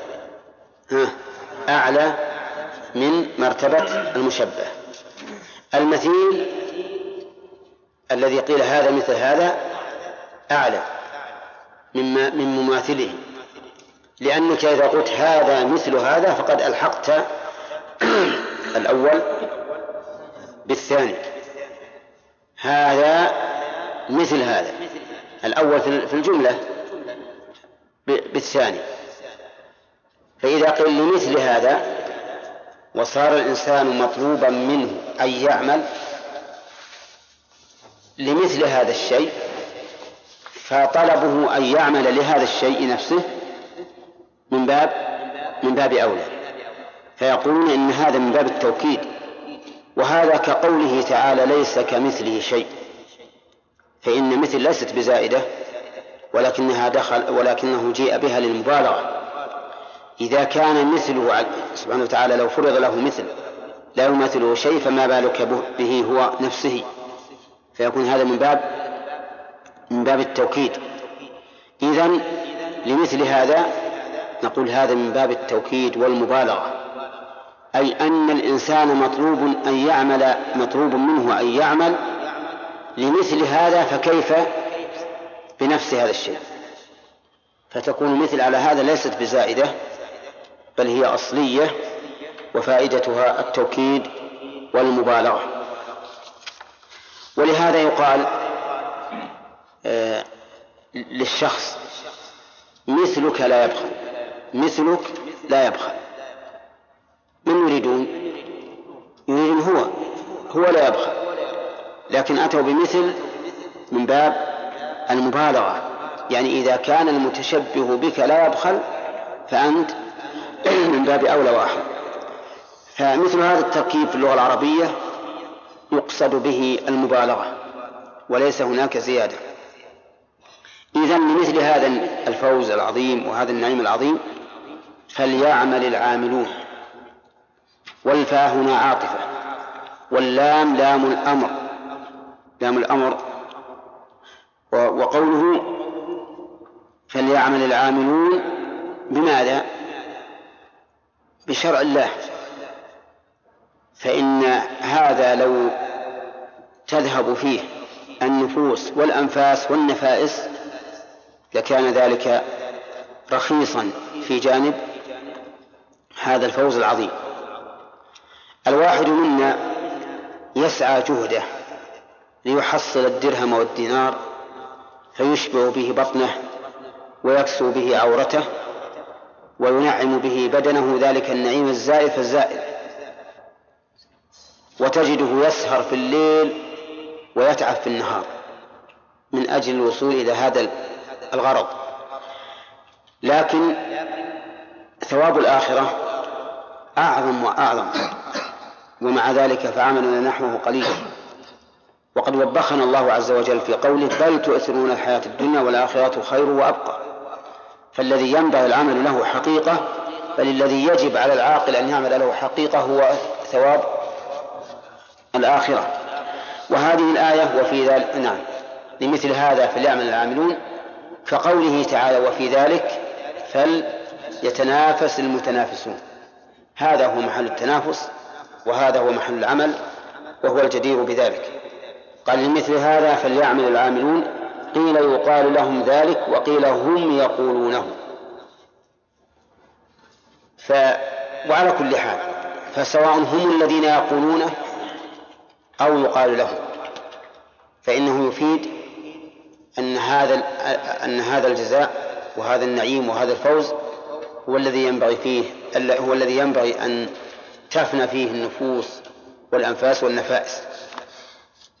أعلى من مرتبة المشبه. المثيل الذي قيل هذا مثل هذا أعلى من مماثله، لأنك إذا قلت هذا مثل هذا فقد ألحقت الأول بالثاني. هذا مثل هذا، الأول في الجملة بالثاني. فإذا قيل لمثل هذا وصار الإنسان مطلوبا منه أن يعمل لمثل هذا الشيء، فطلبه أن يعمل لهذا الشيء نفسه من باب أولى. فيقولون إن هذا من باب التوكيد، وهذا كقوله تعالى ليس كمثله شيء، فإن مثل ليست بزائدة ولكنه جيء بها للمبالغة. إذا كان مثله سبحانه وتعالى لو فرض له مثل لا يماثله شيء، فما بالك به هو نفسه، فيكون هذا من باب التوكيد. إذن لمثل هذا نقول هذا من باب التوكيد والمبالغة، أي أن الإنسان مطلوب منه أن يعمل لمثل هذا، فكيف بنفس هذا الشيء؟ فتكون مثل على هذا ليست بزائدة، بل هي أصلية، وفائدتها التوكيد والمبالغة. ولهذا يقال للشخص مثلك لا يبخل، مثلك لا يبخل. من يريدون هو لا يبخل، لكن أتوا بمثل من باب المبالغة، يعني إذا كان المتشبه بك لا يبخل فأنت من باب أولى وأحرى. فمثل هذا التركيب في اللغة العربية يقصد به المبالغة وليس هناك زيادة. إذن لمثل هذا الفوز العظيم وهذا النعيم العظيم فليعمل العاملون. والفاء هنا عاطفة، واللام لام الأمر. وقوله فليعمل العاملون بماذا؟ بشرع الله. فإن هذا لو تذهب فيه النفوس والأنفاس والنفائس لكان ذلك رخيصا في جانب هذا الفوز العظيم. الواحد منا يسعى جهده ليحصل الدرهم والدينار فيشبع به بطنه ويكسو به عورته وينعم به بدنه، ذلك النعيم الزائف الزائل، وتجده يسهر في الليل ويتعب في النهار من أجل الوصول إلى هذا الغرض. لكن ثواب الآخرة أعظم وأعظم، ومع ذلك فعملنا نحوه قليل. وقد وبخنا الله عز وجل في قوله بل تؤثرون الحياة الدنيا والآخرة خير وأبقى. فالذي ينبغي العمل له حقيقة، بل الذي يجب على العاقل أن يعمل له حقيقة هو ثواب الآخرة. وهذه الآية وفي ذلك لمثل هذا فليعمل العاملون، كقوله تعالى وفي ذلك فليتنافس المتنافسون. هذا هو محل التنافس وهذا هو محل العمل وهو الجدير بذلك. قال لمثل هذا فليعمل العاملون، قيل يقال لهم ذلك وقيل هم يقولونه. وعلى كل حال فسواء هم الذين يقولونه أو يقال لهم، فإنه يفيد أن هذا الجزاء وهذا النعيم وهذا الفوز هو الذي ينبغي أن تفنى فيه النفوس والأنفاس والنفائس.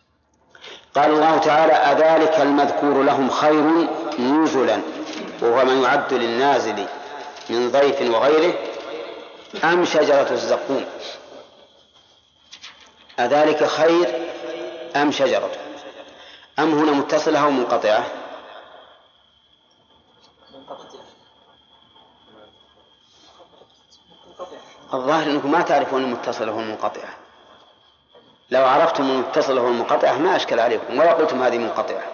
قال الله تعالى: أذلك المذكور لهم خير نزلا، وهو ما يعد للنازل من ضيف وغيره، أم شجرة الزقوم؟ أذلك خير أم شجرة؟ أم هنا متصلة أو منقطعة؟ الظاهر أنكم ما تعرفون المتصلة والمنقطعة. لو عرفتم المتصلة والمنقطعة ما أشكل عليكم ولا قلتم هذه منقطعة.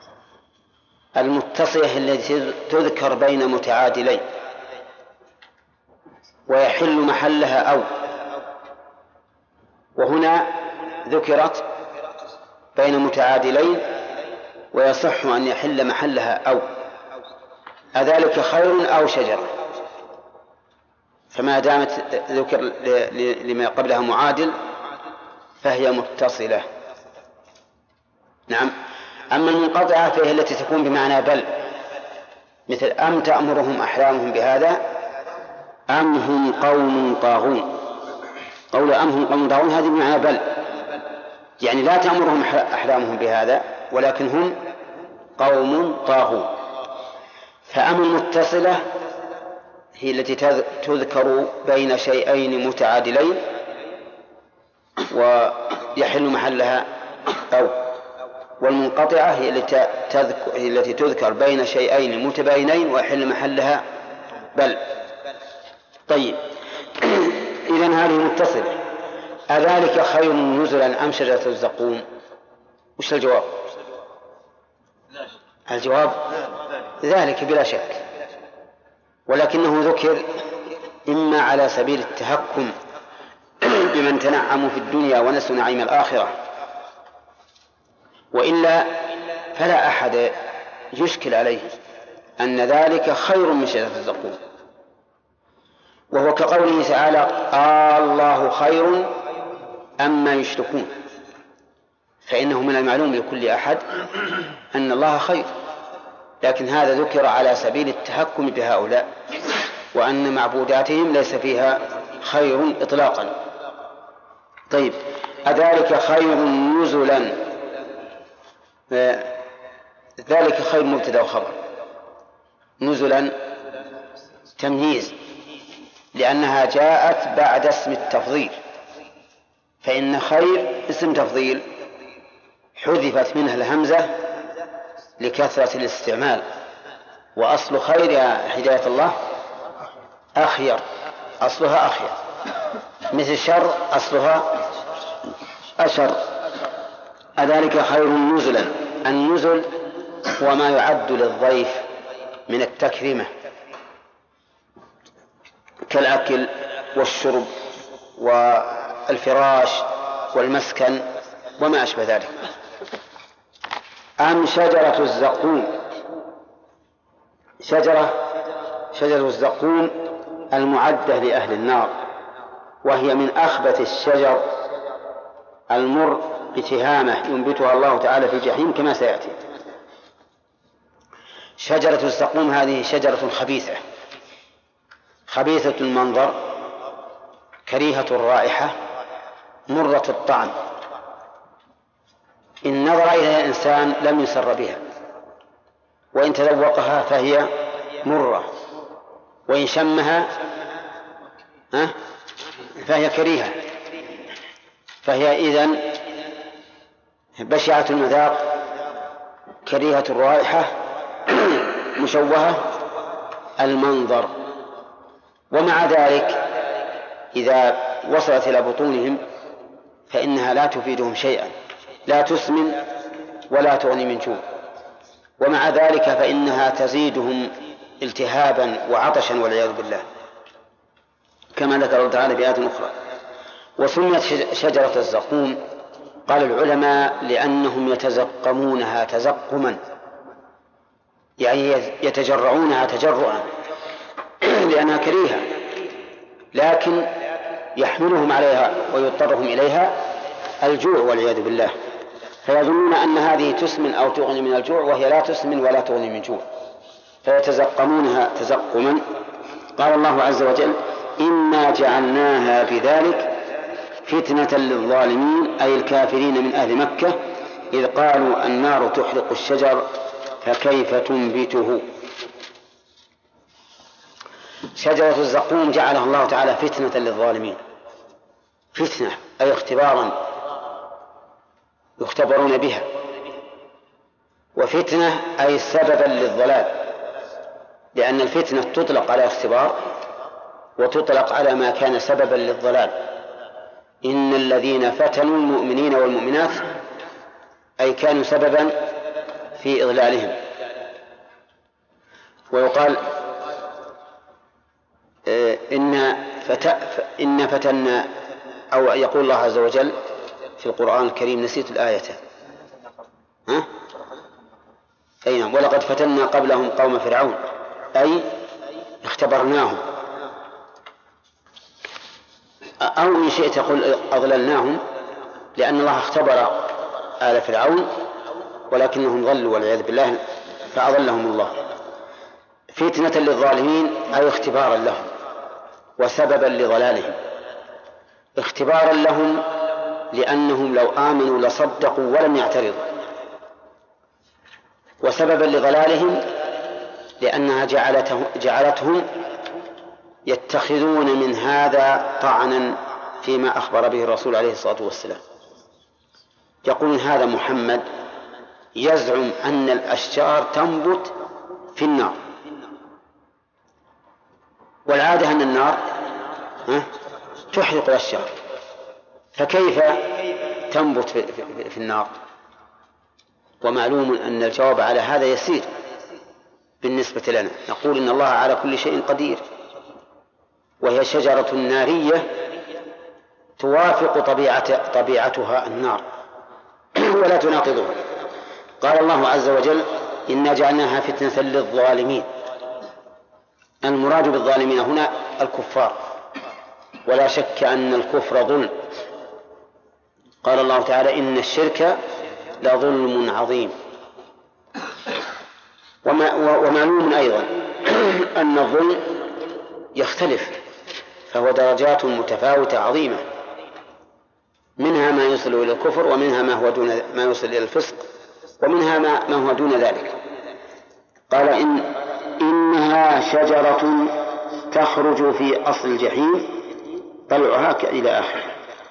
المتصلة التي تذكر بين متعادلين ويحل محلها أو، وهنا ذكرت بين متعادلين ويصح أن يحل محلها أو. أذلك خير أو شجرة؟ فما دامت ذكر لما قبلها معادل فهي متصلة. نعم. أما المنقطعة فهي التي تكون بمعنى بل، مثل أم تأمرهم أحلامهم بهذا أم هم قوم طاغون. قول أم هم قوم طاغون هذه بمعنى بل، يعني لا تأمرهم أحلامهم بهذا ولكن هم قوم طاغون. فأم المتصلة هي التي تذكر بين شيئين متعادلين ويحل محلها أو، والمنقطعة هي التي تذكر بين شيئين متباينين ويحل محلها بل. طيب، إذن هذه متصلة. أذلك خير نزلا أم شجرة الزقوم؟ وش الجواب؟ الجواب ذلك بلا شك، ولكنه ذكر إما على سبيل التهكم بمن تنعموا في الدنيا ونسوا نعيم الآخرة، وإلا فلا أحد يشكل عليه أن ذلك خير من شجرة الزقوم. وهو كقوله تعالى: الله خير أما يشركون، فإنه من المعلوم لكل أحد أن الله خير، لكن هذا ذكر على سبيل التحكم بهؤلاء وأن معبوداتهم ليس فيها خير إطلاقا. طيب، أذلك خير نزلا؟ ذلك خير مبتدأ وخبر، نزلا تمييز لأنها جاءت بعد اسم التفضيل، فإن خير اسم تفضيل حذفت منها الهمزة لكثرة الاستعمال، وأصل خير يا هداية الله أخير، أصلها أخير، مثل شر أصلها أشر. أذلك خير نزلا. النزل هو ما يعد للضيف من التكريمة كالأكل والشرب والفراش والمسكن وما أشبه ذلك. أم شجرة الزقوم؟ شجرة الزقوم المعدة لأهل النار، وهي من أخبث الشجر المر بتهامة ينبتها الله تعالى في الجحيم كما سيأتي. شجرة الزقوم هذه شجرة خبيثة المنظر، كريهة الرائحة، مرة الطعم. إن نظر إليها الإنسان لم يسر بها، وإن تذوقها فهي مرة، وإن شمها فهي كريهة، فهي إذن بشعة المذاق، كريهة الرائحة، مشوهة المنظر. ومع ذلك إذا وصلت إلى بطونهم فإنها لا تفيدهم شيئا، لا تسمن ولا تغني من جوع، ومع ذلك فإنها تزيدهم التهابا وعطشا والعياذ بالله كما ذكر الله تعالى في آيات أخرى. وسميت شجرة الزقوم قال العلماء لأنهم يتزقمونها تزقما، يعني يتجرعونها تجرعا لأنها كريهة، لكن يحملهم عليها ويضطرهم إليها الجوع والعياذ بالله، فيظنون أن هذه تسمن أو تغني من الجوع، وهي لا تسمن ولا تغني من جوع، فيتزقمونها تزقما. قال الله عز وجل: إنا جعلناها بذلك فتنة للظالمين، أي الكافرين من أهل مكة، إذ قالوا النار تحرق الشجر فكيف تنبته. شجرة الزقوم جعلها الله تعالى فتنة للظالمين، فتنة أي اختبارا يختبرون بها، وفتنة أي سببا للضلال، لأن الفتنة تطلق على اختبار وتطلق على ما كان سببا للضلال. إن الذين فتنوا المؤمنين والمؤمنات أي كانوا سببا في إضلالهم. ويقال إن فتنا، أو يقول الله عز وجل في القرآن الكريم، نسيت الآية، أي نعم، ولقد فتنا قبلهم قوم فرعون، أي اختبرناهم، أو إن شئت تقول أضللناهم، لأن الله اختبر آل فرعون ولكنهم ضلوا والعياذ بالله فأضلهم الله. فتنة للظالمين أي اختبارا لهم وسببا لضلالهم. اختبارا لهم لأنهم لو آمنوا لصدقوا ولم يعترضوا، وسببا لضلالهم لأنها جعلتهم يتخذون من هذا طعنا فيما أخبر به الرسول عليه الصلاة والسلام. يقولون هذا محمد يزعم أن الأشجار تنبت في النار، والعادة أن النار تحرق الأشجار، فكيف تنبت في النار؟ ومعلوم أن الجواب على هذا يسير بالنسبة لنا، نقول إن الله على كل شيء قدير، وهي شجرة نارية توافق طبيعتها النار ولا تناقضها. قال الله عز وجل إنا جعلناها فتنة للظالمين. المراد بالظالمين هنا الكفار، ولا شك أن الكفر ظلم. قال الله تعالى إن الشرك لظلم عظيم. ومعلوم أيضا أن الظلم يختلف، فهو درجات متفاوتة عظيمة، منها ما يصل إلى الكفر، ومنها ما يصل إلى الفسق، ومنها ما هو دون ذلك. قال إنها شجرة تخرج في أصل الجحيم طلعها إلى آخره.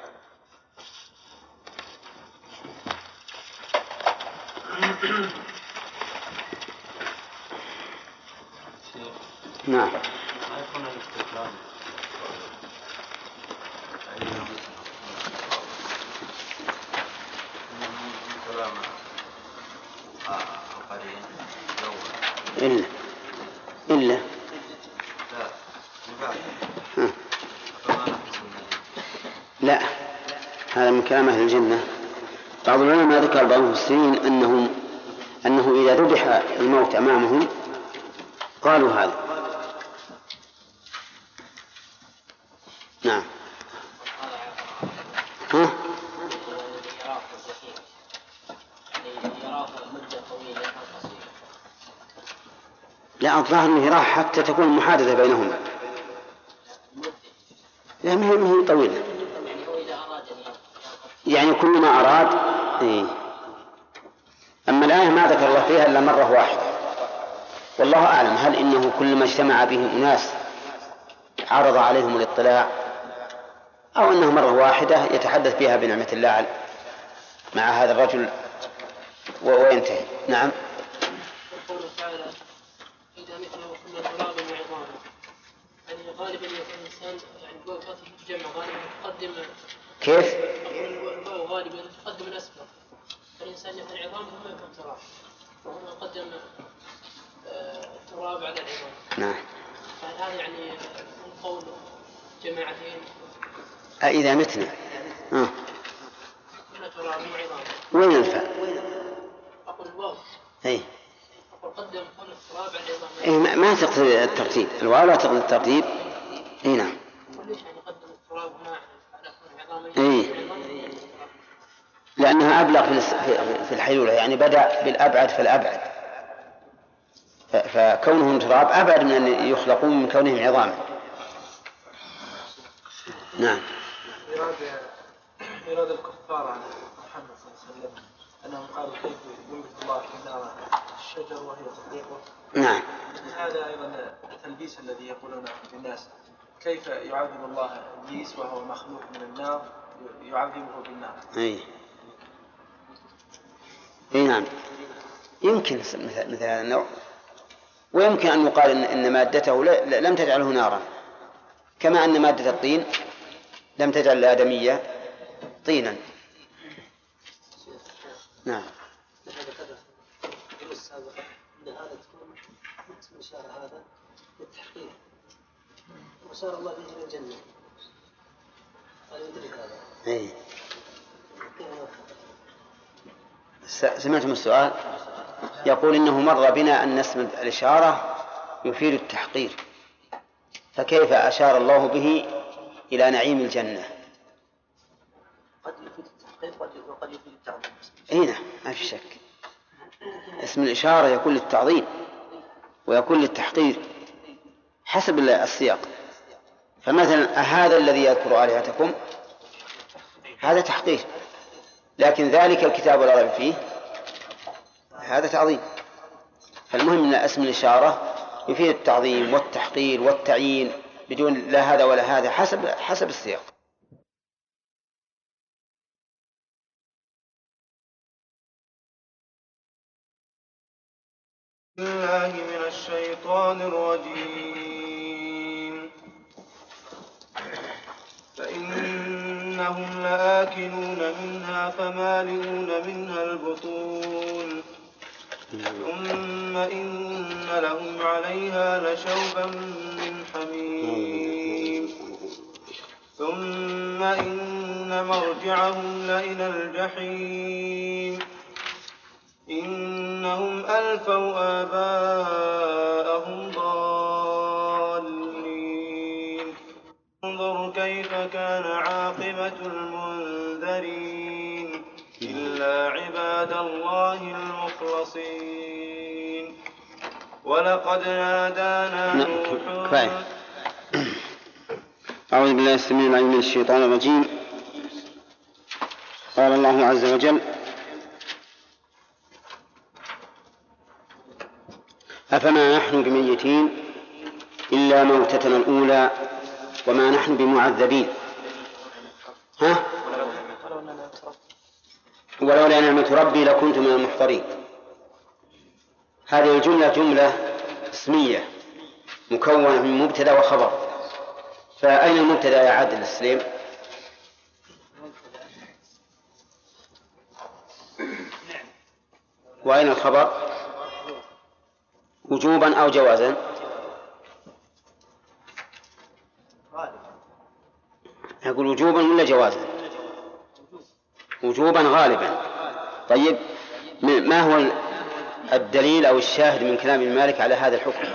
نعم. إلا لا، هذا من كلام أهل الجنة. بعض العلماء ذكر بعض المفسرين أنه إذا ذبح الموت أمامهم قالوا هذا. نعم. لا، الظاهر أنه راح حتى تكون المحادثة بينهم، لا مهم طويلة، يعني كل ما أراد. أما الآية ما ذكر الله فيها إلا مرة واحدة، والله أعلم هل إنه كل ما اجتمع به أناس عرض عليهم الاطلاع، أو أنه مرة واحدة يتحدث بها بنعمة الله مع هذا الرجل وينتهي. نعم. غالبا الإنسان يعني الجمع غالبا يقدم. كيف؟ غالبا يقدم الأسفل، الإنسان يفعل العظام ثم يكون تراب، وهنا يقدم التراب على العظام. نعم. فهذا يعني من قول جماعتين. إذا متنا هنا تراب وعظام. وين الفاء؟ أقول الواو. أي. أقول قدم كل التراب على العظام. أي ما تقتضي الترتيب، الواو لا تقتضي الترتيب. أي نعم. ليش يعني قدم التراب هنا على كل عظام؟ أي. لأنها أبلغ في الحيولة، يعني بدأ بالأبعد فالأبعد، فكونهم تراب أبعد من أن يخلقون من كونهم عظاما. نعم. إرادة الكفار عن محمد صلى الله عليه وسلم أنهم قالوا كيف ينبت الله من الشجر وهي تحريقه. نعم. هذا أيضا التلبيس الذي يقولونه للناس، كيف يعذب الله إبليس وهو مخلوق من النار يعذبه بالنار. أي نعم، يمكن مثل هذا النوع، ويمكن أن يقال إن مادته لم تجعله نارا، كما أن مادة الطين لم تجعل الآدمية طينا. نعم. هذا للتحقيق وصار الله به إلى الجنة. هل يدرك هذا؟ أي. سمعتم السؤال؟ يقول إنه مر بنا أن اسم الإشارة يفيد التحقير، فكيف أشار الله به إلى نعيم الجنة؟ قد يفيد التحقيق وقد يفيد التعظيم. أي نعم، ما في شك. اسم الإشارة يكون للتعظيم ويكون للتحقير حسب السياق. فمثلا هذا الذي يذكر آلهتكم هذا تحقير، لكن ذلك الكتاب لا ريب فيه هذا تعظيم. فالمهم أن اسم الإشارة يفيد التعظيم والتحقير والتعيين بدون لا هذا ولا هذا، حسب السياق. الله من الشيطان الرجيم. فإنهم لآكلون منها فمالئون منها البطون ثم إن لهم عليها لشوبا من حميم ثم إن مرجعهم لإلى الجحيم إنهم ألفوا آباءهم ضالين انظر كيف كان عاقبة المنذرين إلا عباد الله المخلصين ولقد نادانا نوح. أعوذ بالله السميع العليم من الشيطان الرجيم. قال الله عز وجل: أفما نحن بميتين إلا موتتنا الأولى وما نحن بمعذبين ولولا نعمة ربي لكنت من المحضرين. هذه الجملة جملة اسمية مكونة من مبتدأ وخبر، فأين المبتدأ يا عادل السليم؟ وأين الخبر؟ وجوبا أو جوازا؟ أقول وجوبا ولا جوازا؟ وجوبا غالبا. طيب ما هو الدليل أو الشاهد من كلام المالك على هذا الحكم؟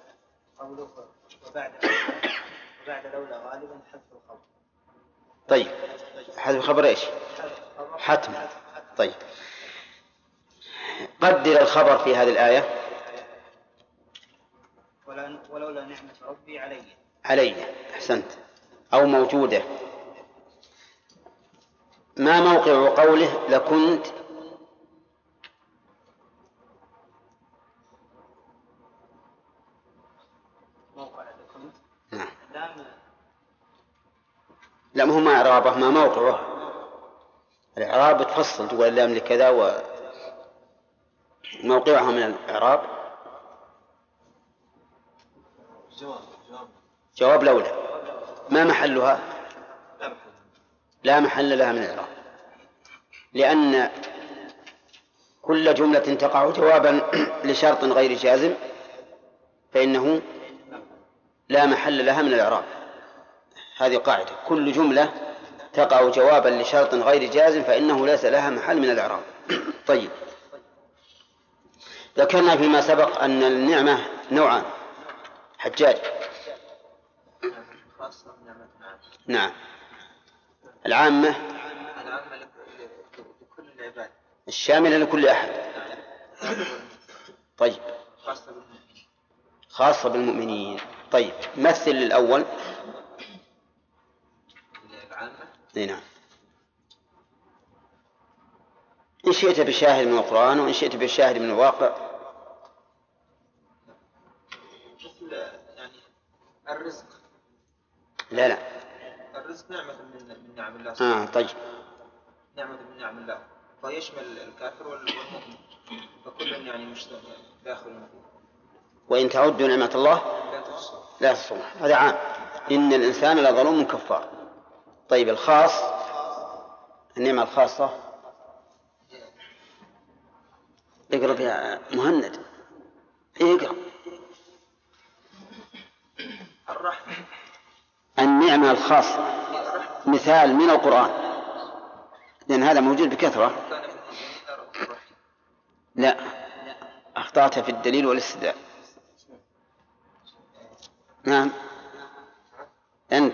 وبعد لولا غالبا حذف الخبر. طيب حذف الخبر إيش؟ حتم. طيب قدر الخبر في هذه الآية. ولولا نعمة ربي علي. أحسنت. أو موجودة. ما موقع قوله لكنت؟ موقع لكنت. نعم. لا ما هو ما إعرابه، ما موقعه. الإعراب تفصل تقول اللام لكذا وموقعها من الإعراب. جواب لولا. ما محلها؟ لا محل لها من الإعراب، لأن كل جملة تقع جوابا لشرط غير جازم فإنه لا محل لها من الإعراب. هذه قاعدة، كل جملة تقع جوابا لشرط غير جازم فإنه ليس لها محل من الإعراب. طيب ذكرنا فيما سبق أن النعمة نوعان. حجاج. نعم. العامة لكل العباد الشاملة لكل أحد. طيب خاصة بالمؤمنين. طيب مثل للأول. العامة. نعم. إن شئت بشاهد من القرآن وإن شئت بشاهد من الواقع. مثل يعني الرزق. لا الرزق نعمة من نعم الله. طيب. نعمة من نعم الله فيشمل الكافر والمؤمن فكل يعني داخل فيه. وإن تعدوا نعمة الله لا تحصوها. هذا عام. إن الإنسان لظلوم كفار. طيب الخاص، النعمة الخاصة اقرأ يا مهند. اقرأ. الرحمة. النعمة الخاصة مثال من القرآن، لأن هذا موجود بكثرة. لا، أخطأت في الدليل والاستدلال. نعم أنت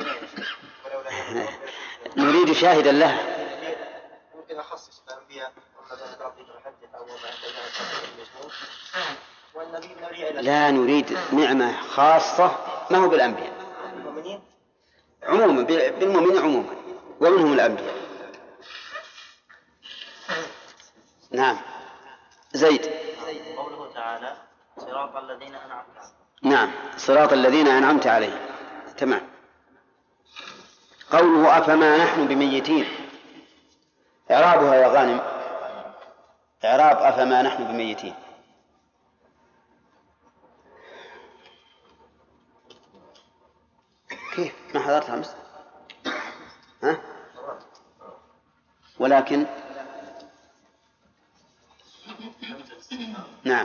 نريد شاهدا له. ممكن أخصص الأنبياء لا، نريد نعمة خاصة ما هو بالأنبياء عموما، بالمؤمنين عموما ومنهم الأنبياء. نعم زيد. قوله تعالى صراط الذين أنعمت عليهم. نعم صراط الذين أنعمت عليهم. تمام. قوله أفما نحن بميتين، إعرابها يا غانم، إعراب أفما نحن بميتين. كيف ما حضرت أمس؟ ها؟ ولكن نعم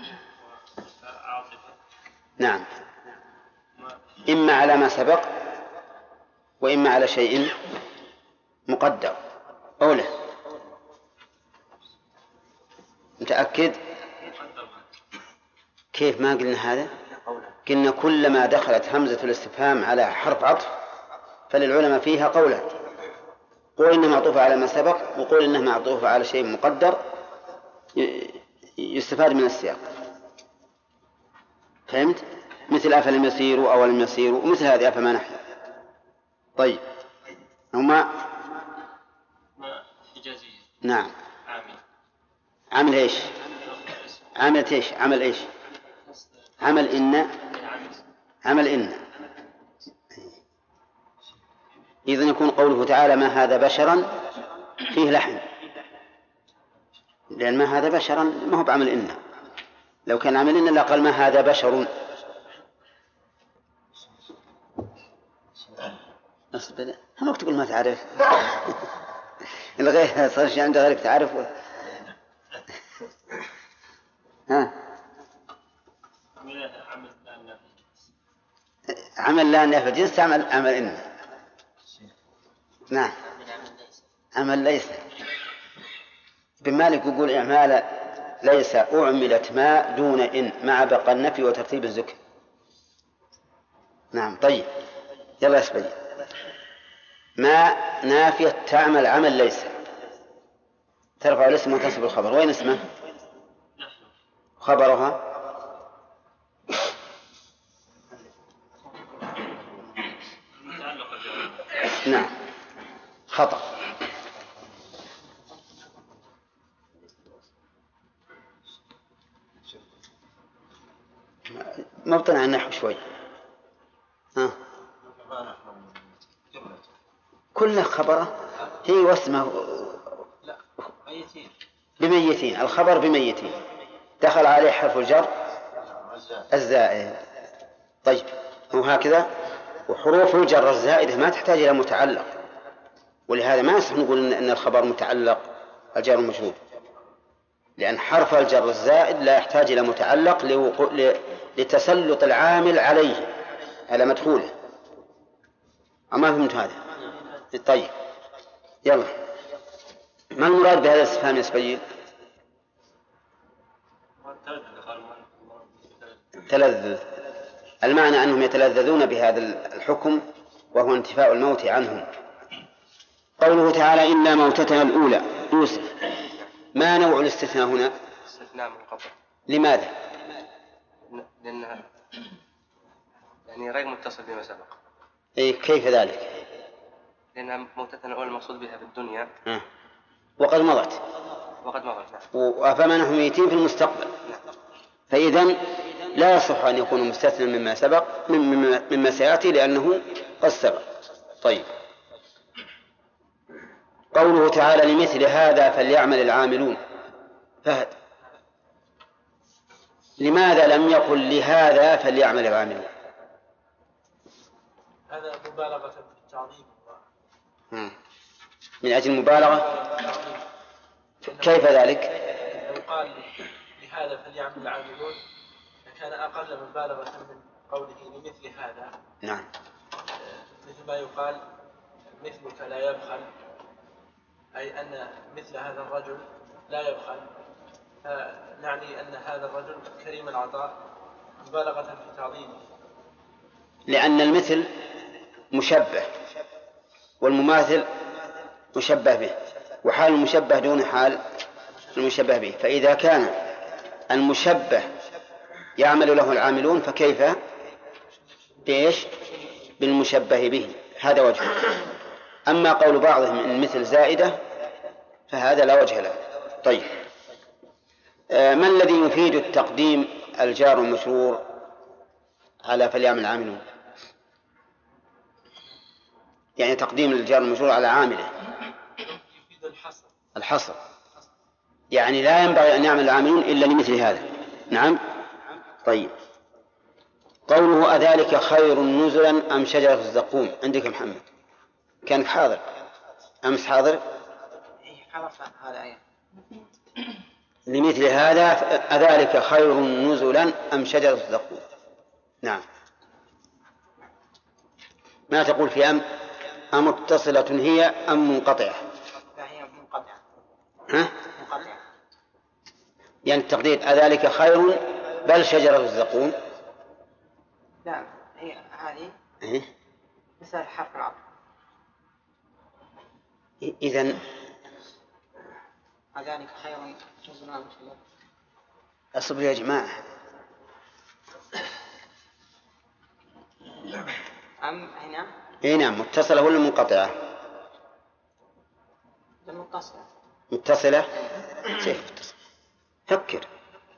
نعم، إما على ما سبق وإما على شيء مقدر. أوله متأكد؟ كيف ما قلنا هذا؟ قلنا كلما دخلت همزة الاستفهام على حرف عطف فللعلماء فيها قولان: قول إنها معطوفة على ما سبق، وقول إنها معطوفة على شيء مقدر يستفاد من السياق. فهمت؟ مثل أفلم يسيروا أو لم يسيروا، ومثل هذه أفما نحن. طيب هما حجازية. نعم. عامل. عمل إيش؟ عملت إيش؟ عمل إيش؟ عمل إن. عمل إن. إذن يكون قوله تعالى ما هذا بشرا فيه لحن، لأن ما هذا بشرا ما هو بعمل إن. لو كان عمل إن لقال ما هذا بشر. أصبر هم تقول ما تعرف الغير صار شيء عند غيرك تعرف ها عمل لا نافع جنس عمل إن. نعم عمل ليس. ابن مالك يقول إعمال ليس أعملت ما دون إن مع بقى النفي وترتيب الذكر. نعم. طيب يلا اسبقي. ما نافية تعمل عمل ليس، ترفع الاسم وتنصب الخبر. وين اسمه؟ خبرها نعم خطأ. مبطن عن النحو شوي. ها كله خبره هي واسمه بميتين. الخبر بميتين دخل عليه حرف الجر الزائد. طيب وهكذا. وحروف الجر الزائدة ما تحتاج إلى متعلق، ولهذا ما يصح نقول إن الخبر متعلق الجار المجرور، لأن حرف الجر الزائد لا يحتاج إلى متعلق لتسلط العامل عليه على مدخوله. أما فهمت هذا؟ طيب يلا. ما المراد بهذا الاستفهام يا سبيل؟ تلذذ. المعنى أنهم يتلذذون بهذا الحكم وهو انتفاء الموت عنهم. قوله تعالى إلا موتتنا الأولى. يوسف ما نوع الاستثناء هنا؟ استثناء منقطع. لماذا؟ لأنها يعني غير متصل بما سبق. كيف ذلك؟ لأن موتتنا الأولى المقصود بها في الدنيا وقد مضت. وقد مضى. نعم. فما نحن ميتين في المستقبل. فإذن لا يصح أن يكون مستثنى مما سبق مما سيأتي لأنه قد سبق. طيب، قوله تعالى لمثل هذا فليعمل العاملون. فهد، لماذا لم يقل لهذا فليعمل العاملون؟ هذا مبالغة في التعظيم من أجل المبالغة. كيف ذلك؟ لو قال لهذا فليعمل العاملون كان أقل مبالغة من قوله لمثل هذا. نعم. مثل ما يقال مثلك لا يبخل، أي أن مثل هذا الرجل لا يبخل، فنعني أن هذا الرجل كريم العطاء مبالغة في تعظيمه. لأن المثل مشبه والمماثل مشبه به، وحال المشبه دون حال المشبه به. فإذا كان المشبه يعمل له العاملون فكيف بإيش؟ بالمشبه به. هذا وجه. أما قول بعضهم إن مثل زائدة فهذا لا وجه له. طيب، ما الذي يفيد التقديم الجار والمجرور على فليعمل العاملون؟ يعني تقديم الجار والمجرور على عامله يفيد الحصر. يعني لا ينبغي أن يعمل العاملون إلا لمثل هذا. نعم. طيب، قوله أذلك خير نزلا أم شجرة الزقوم؟ عندك محمد كانك حاضر أمس حاضر. هذا أيه. لمثل هذا أذلك خير نزلا أم شجرة الزقوم؟ نعم. ما تقول في أم متصلة هي أم منقطعة؟ فهي منقطعة. ها؟ منقطعة. يعني التقدير أذلك خير بل شجرة الزقوم. لا، هي هذه مثل حرف العطف. إذن أذلك خير نزلا. أصبر يا جماعة. هنا نعم. متصلة ولا منقطعة؟ المتصلة. متصلة. كيف متصلة؟ فكر.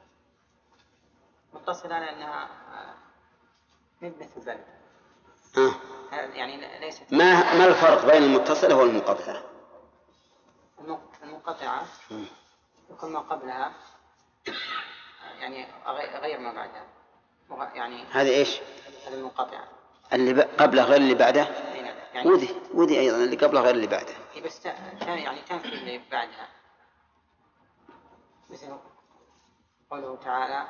متصلة لأنها مثل بل. يعني ليست. ما الفرق بين المتصلة والمنقطعة؟ المنقطعة يكون ما قبلها يعني غير ما بعدها. يعني هذه إيش؟ هذه المنقطعة. اللي قبله غير اللي بعده. يعني ودي أيضا اللي قبله غير اللي بعده. بس يعني تنفي اللي بعدها. مثل قوله تعالى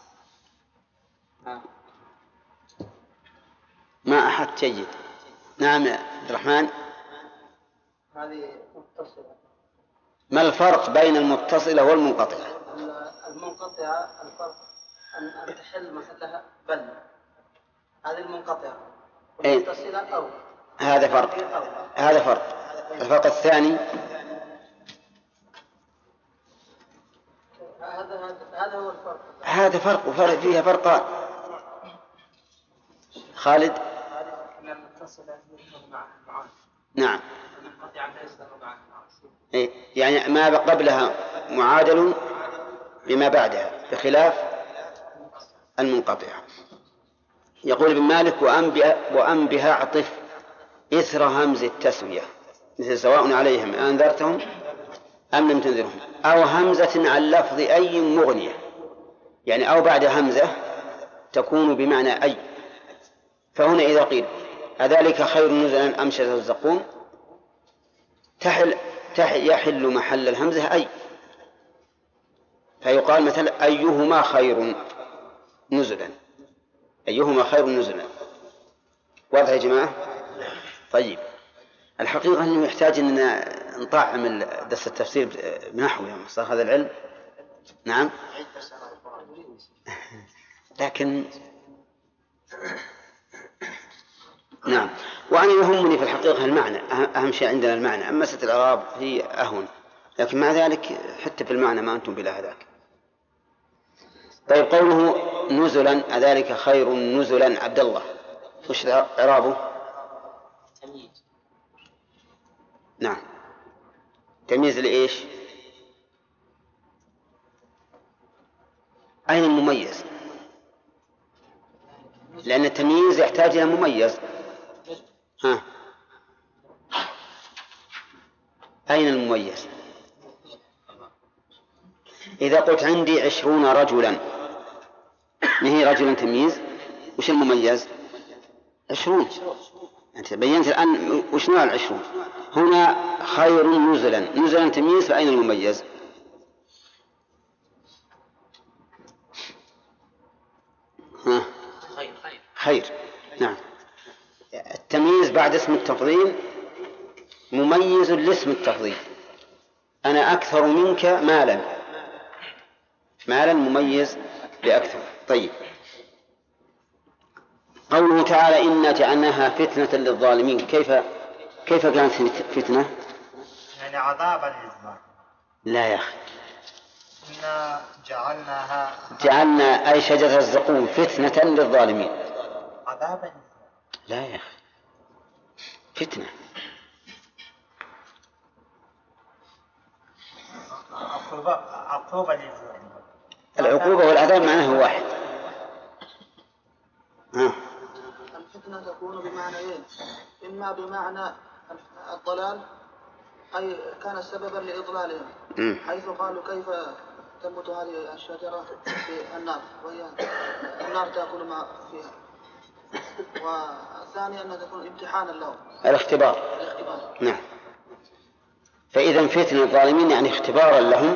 ما أحد جيد. نعم يا عبد الرحمن. هذه متصلة. ما الفرق بين المتصلة والمنقطعة؟ المنقطعة الفرق أن تحل محلها بل. هذه المنقطعة والمتصلة أو. هذا فرق. الفرق الثاني هذا هو الفرق. هذا فرق وفرق فيها فرقان. خالد. نعم. يعني ما قبلها معادل بما بعدها بخلاف المنقطعة. يقول ابن مالك وأن بها عطف إثر همز التسوية مثل سواء عليهم أنذرتهم أم لم تنذرهم، أو همزة عن لفظ أي مغنية، يعني أو بعد همزة تكون بمعنى أي. فهنا إذا قيل أذلك خير نزلا أم شجرة الزقوم يحل محل الهمزة أي، فيقال مثلا أيهما خير نزلا. واضح يا جماعة؟ طيب، الحقيقة أنه يحتاج أننا نطعم درس التفسير بنحو يوم صار هذا العلم. نعم. لكن نعم. وأنا يهمني في الحقيقة المعنى، أهم شيء عندنا المعنى. أما مسألة الإعراب هي أهون، لكن مع ذلك حتى في المعنى ما أنتم بلا هذاك. طيب، قوله نزلا أذلك خير نزلا، عبد الله وش إعرابه؟ تمييز. نعم. تمييز لإيش؟ أين المميز؟ لأن التمييز يحتاج إلى مميز. ها، أين المميز؟ إذا قلت عندي 20 رجلا، ما هي رجلا تمييز؟ وش المميز؟ 20. أنت بينت الآن وش نوع 20. هنا خير نزلا، نزلا تمييز، فأين المميز؟ ها؟ خير. نعم، التمييز بعد اسم التفضيل مميز لاسم التفضيل. أنا أكثر منك مالا، مالا مميز لأكثر. طيب، قوله تعالى إنا جعلناها فتنة للظالمين، كيف كانت فتنة؟ يعني عذابا للظالمين. لا يا أخي، إنا جعلنا أي شجرة الزقوم فتنة للظالمين. عذابا. لا يا أخي، فتنة. عقوبة للظالمين. العقوبة والعذاب معناه واحد. الفتنة تكون بمعنيين، إما بمعنى الضلال أي كان سببا لإضلالهم، حيث قالوا كيف تنبت هذه الشجرة في النار وهي النار تأكل ما فيها. والثاني أنها تكون امتحانا لهم، الاختبار. نعم، فإذا فتنة الظالمين يعني اختبارا لهم،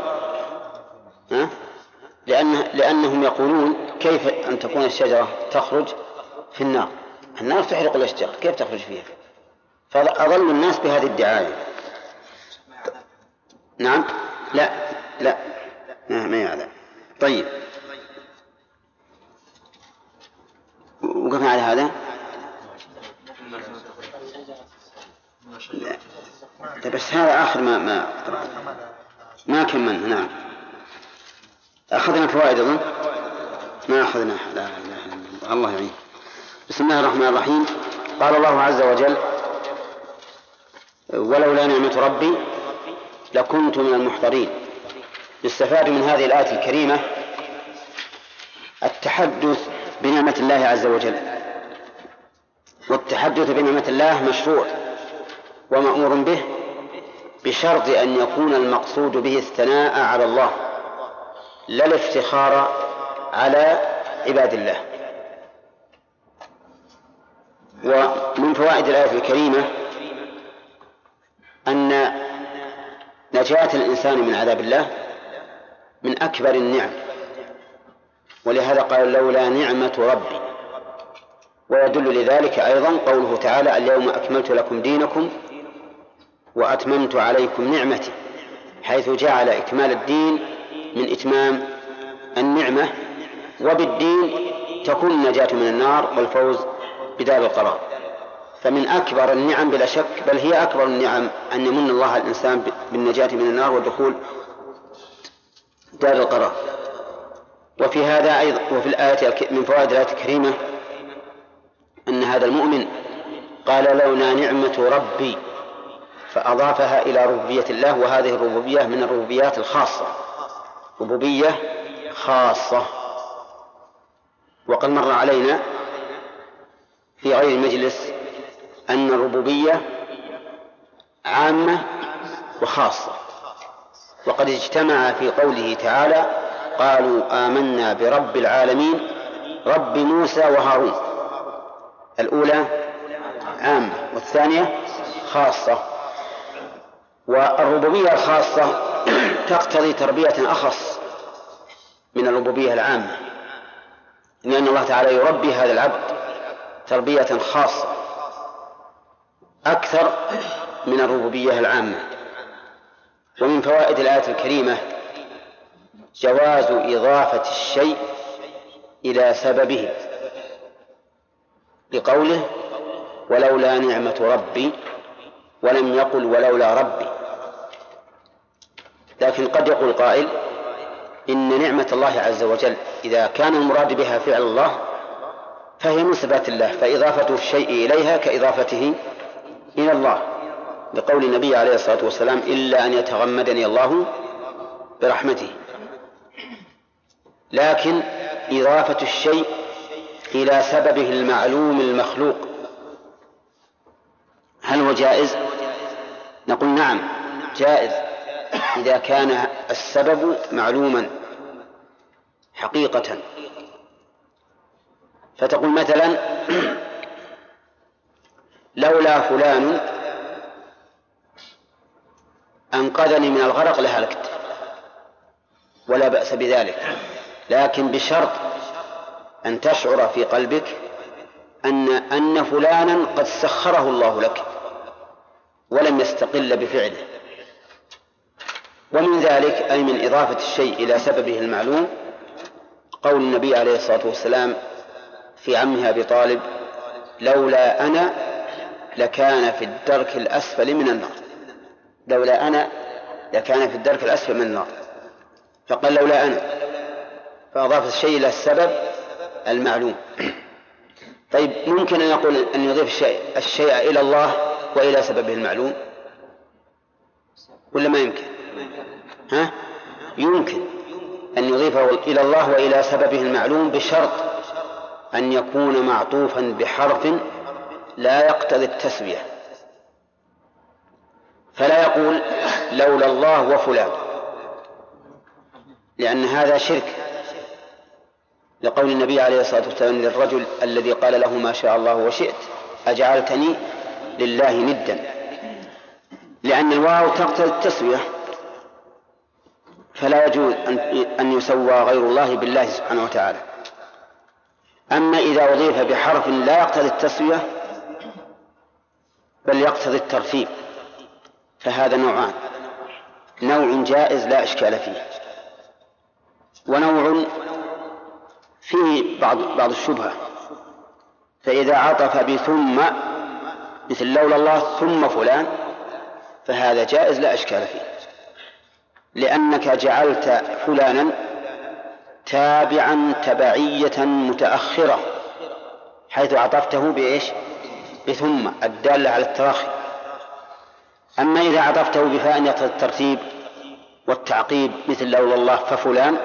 لأنهم يقولون كيف أن تكون الشجرة تخرج في النار، النار تحرق الأشجار، كيف تخرج فيها؟ فأضل الناس بهذه الدعاية. نعم، لا ما يعلم. طيب، وقفنا على هذا. لا. بس هذا آخر ما كملنا. نعم، أخذنا فوائد أظن ما أخذنا. لا الله يعين. بسم الله الرحمن الرحيم. قال الله عز وجل ولولا نعمة ربي لكنت من المحضرين. يستفاد من هذه الآية الكريمة التحدث بنعمة الله عز وجل، والتحدث بنعمة الله مشروع ومأمور به بشرط أن يكون المقصود به الثناء على الله لا الافتخار على عباد الله. ومن فوائد الآية الكريمة أن نجاة الإنسان من عذاب الله من أكبر النعم، ولهذا قال لولا نعمة ربي. ويدل لذلك أيضا قوله تعالى اليوم أكملت لكم دينكم وأتممت عليكم نعمتي، حيث جعل إكمال الدين من إتمام النعمة، وبالدين تكون النجاة من النار والفوز بدار القرار. فمن أكبر النعم بلا شك، بل هي أكبر النعم، أن يمن الله على الإنسان بالنجاة من النار ودخول دار القرار. وفي هذا أيضا وفي الآية من فوائد الآية الكريمة أن هذا المؤمن قال لولا نعمة ربي، فأضافها إلى ربوبية الله، وهذه الربوبية من الربوبيات الخاصة، ربوبية خاصة. وقد مر علينا في غير المجلس أن الربوبية عامة وخاصة، وقد اجتمع في قوله تعالى قالوا آمنا برب العالمين رب موسى وهارون. الأولى عامة والثانية خاصة. والربوبية الخاصة تقتضي تربية أخص من الربوبية العامة، لأن الله تعالى يربي هذا العبد تربية خاصة أكثر من الربوبية العامة. ومن فوائد الآية الكريمة جواز إضافة الشيء إلى سببه، لقوله ولولا نعمة ربي، ولم يقل ولولا ربي. لكن قد يقول قائل إن نعمة الله عز وجل إذا كان المراد بها فعل الله فهي من صفات الله، فإضافة الشيء إليها كإضافته إلى الله، لقول النبي عليه الصلاة والسلام إلا أن يتغمدني الله برحمته. لكن إضافة الشيء إلى سببه المعلوم المخلوق هل هو جائز؟ نقول نعم جائز إذا كان السبب معلوما حقيقة. فتقول مثلا لولا فلان أنقذني من الغرق لهلكت، ولا بأس بذلك، لكن بشرط أن تشعر في قلبك أن فلانا قد سخره الله لك ولم يستقل بفعله. ومن ذلك أي من إضافة الشيء إلى سببه المعلوم قول النبي عليه الصلاة والسلام في عمه أبي طالب لولا أنا لكان في الدرك الأسفل من النار، لولا أنا لكان في الدرك الأسفل من النار، فقال لولا أنا، فأضاف الشيء إلى السبب المعلوم. طيب ممكن أن يقول أن يضيف الشيء إلى الله وإلى سببه المعلوم ولا ما يمكن؟ يمكن أن يضيفه إلى الله وإلى سببه المعلوم بشرط أن يكون معطوفا بحرف لا يقتضي التسوية، فلا يقول لولا الله وفلان، لأن هذا شرك، لقول النبي عليه الصلاة والسلام للرجل الذي قال له ما شاء الله وشئت أجعلتني لله ندا، لأن الواو تقتضي التسوية، فلا يجوز أن يسوى غير الله بالله سبحانه وتعالى. أما إذا أضيف بحرف لا يقتضي التسوية بل يقتضي الترتيب فهذا نوعان، نوع جائز لا إشكال فيه، ونوع فيه بعض الشبهة. فإذا عطف بثم مثل لولا الله ثم فلان فهذا جائز لا إشكال فيه، لأنك جعلت فلانا تابعا تبعية متأخرة حيث عطفته بإيش؟ بثم الدالة على التراخي. أما إذا عطفته بفاء يقتضي الترتيب والتعقيب مثل لولا الله ففلان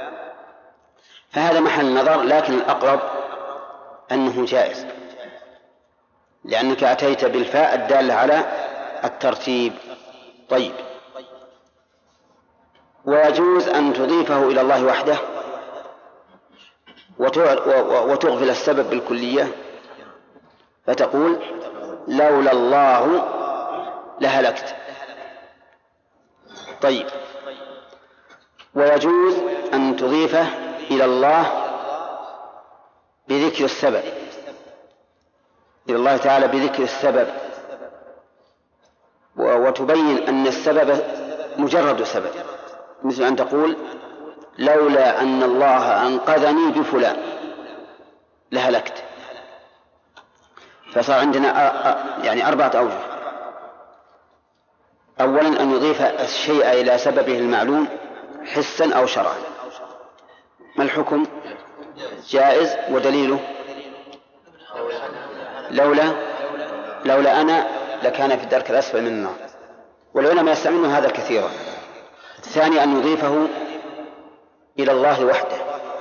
فهذا محل نظر، لكن الأقرب أنه جائز لأنك أتيت بالفاء الدالة على الترتيب. طيب، ويجوز أن تضيفه إلى الله وحده وتغفل السبب بالكلية، فتقول لولا الله لهلكت. طيب، ويجوز أن تضيفه إلى الله بذكر السبب، إلى الله تعالى بذكر السبب، وتبين أن السبب مجرد سبب، مثل أن تقول لولا أن الله أنقذني بفلان لهلكت. فصار عندنا يعني 4 أوجه. أولا أن يضيف الشيء إلى سببه المعلوم حسا أو شرعا. ما الحكم؟ جائز، ودليله لولا أنا لكان في الدرك الأسفل من النار، والعلماء يستعملون هذا كثيرا. الثاني أن يضيفه إلى الله وحده،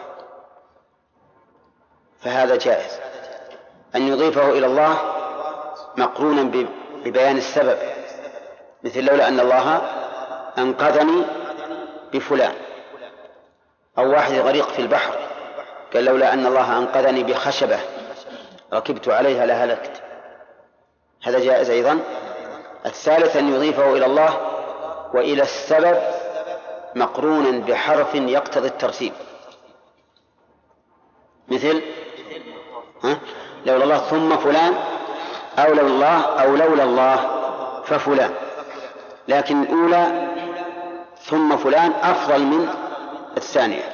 فهذا جائز. أن يضيفه إلى الله مقرونا ببيان السبب، مثل لولا أن الله أنقذني بفلان، أو واحد غريق في البحر قال لولا أن الله أنقذني بخشبة ركبت عليها لهلكت، هذا جائز أيضا. الثالث أن يضيفه إلى الله وإلى السبب مقرونا بحرف يقتضي الترتيب، مثل لولا الله ثم فلان، أو لولا الله ففلان، لكن الأولى ثم فلان أفضل من الثانية.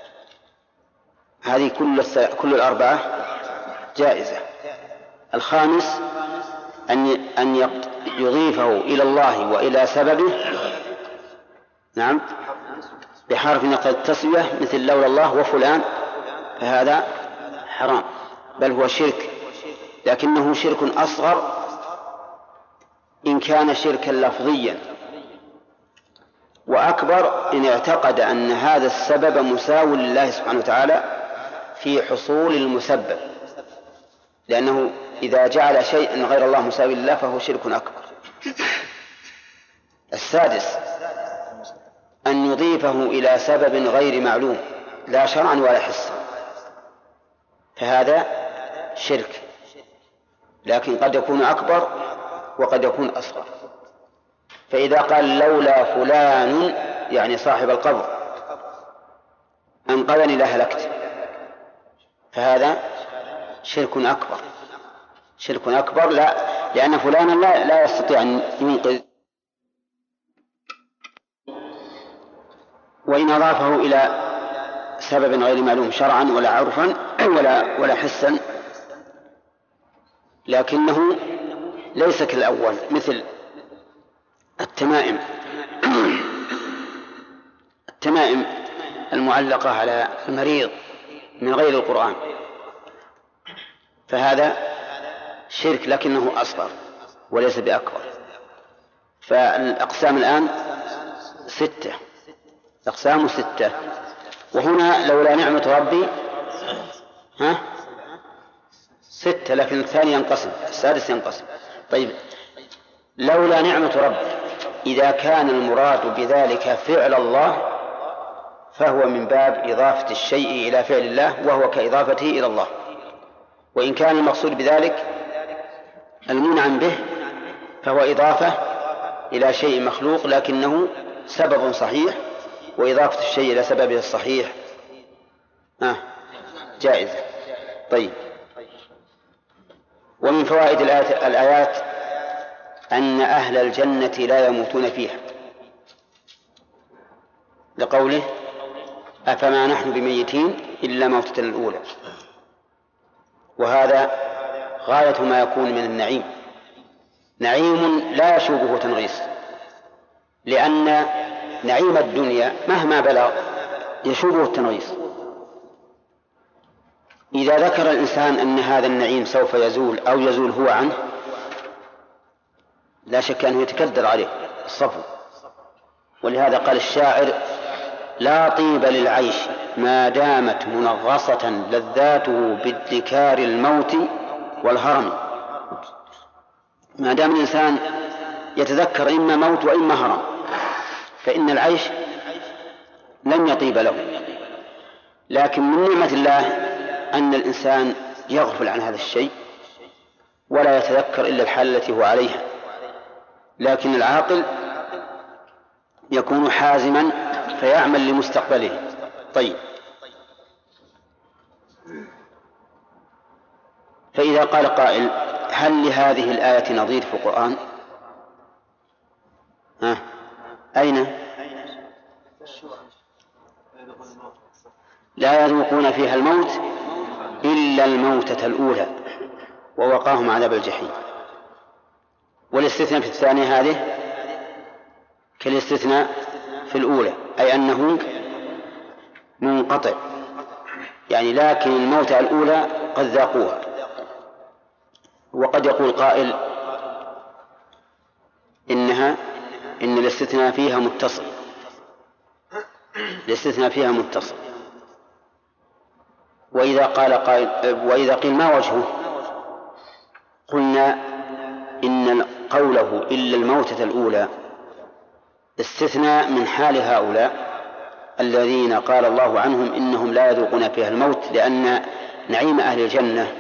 هذه كل الأربعة جائزة. الخامس أن يضيفه إلى الله وإلى سببه نعم بحرف يقتضي التسوية، مثل لولا الله وفلان، فهذا حرام بل هو شرك، لكنه شرك أصغر إن كان شركا لفظيا، وأكبر إن اعتقد أن هذا السبب مساو لله سبحانه وتعالى في حصول المسبب، لأنه إذا جعل شيئا غير الله مساوي لله فهو شرك أكبر. السادس أن يضيفه إلى سبب غير معلوم لا شرعا ولا حسا، فهذا شرك، لكن قد يكون أكبر وقد يكون أصغر. فإذا قال لولا فلان يعني صاحب القبر أنقذني لهلكت، فهذا شرك أكبر، شرك أكبر، لا لأن فلانا لا يستطيع أن ينقذ. وإن أضافه إلى سبب غير معلوم شرعا ولا عرفا ولا حسا لكنه ليس كالأول، مثل التمائم المعلقة على المريض من غير القرآن، فهذا شرك لكنه أصغر وليس بأكبر. فالأقسام الآن 6، أقسام 6. وهنا لولا نعمة ربي 6، لكن الثاني ينقسم، السادس ينقسم. طيب لولا نعمة ربي إذا كان المراد بذلك فعل الله فهو من باب إضافة الشيء إلى فعل الله وهو كإضافته إلى الله. وإن كان المقصود بذلك المنعم به فهو إضافة إلى شيء مخلوق لكنه سبب صحيح، وإضافة الشيء إلى سببه الصحيح جائزة. طيب ومن فوائد الآيات أن أهل الجنة لا يموتون فيها، لقوله أفما نحن بميتين إلا موتتنا الأولى، وهذا غاية ما يكون من النعيم، نعيم لا يشوبه تنغيص، لأن نعيم الدنيا مهما بلغ يشوبه التنغيص. إذا ذكر الإنسان أن هذا النعيم سوف يزول أو يزول هو عنه لا شك أنه يتكدر عليه الصفو. ولهذا قال الشاعر لا طيب للعيش ما دامت منغصة لذاته بادكار الموت والهرم. ما دام الإنسان يتذكر إما موت وإما هرم فإن العيش لن يطيب له. لكن من نعمة الله أن الإنسان يغفل عن هذا الشيء ولا يتذكر إلا الحال التي هو عليها، لكن العاقل يكون حازما فيعمل لمستقبله. طيب فإذا قال قائل هل لهذه الآية نظير في القرآن؟ أين؟ لا يذوقون فيها الموت إلا الموتة الأولى ووقاهم عذاب الجحيم. والاستثناء في الثانية هذه كالاستثناء في الأولى، أي أنه منقطع، يعني لكن الموتة الأولى قد ذاقوها. وقد يقول قائل إن الاستثناء فيها متصل، الاستثناء فيها متصل. وإذا قيل ما وجهه؟ قلنا إن قوله إلا الموتة الأولى استثناء من حال هؤلاء الذين قال الله عنهم إنهم لا يذوقون فيها الموت، لأن نعيم أهل الجنة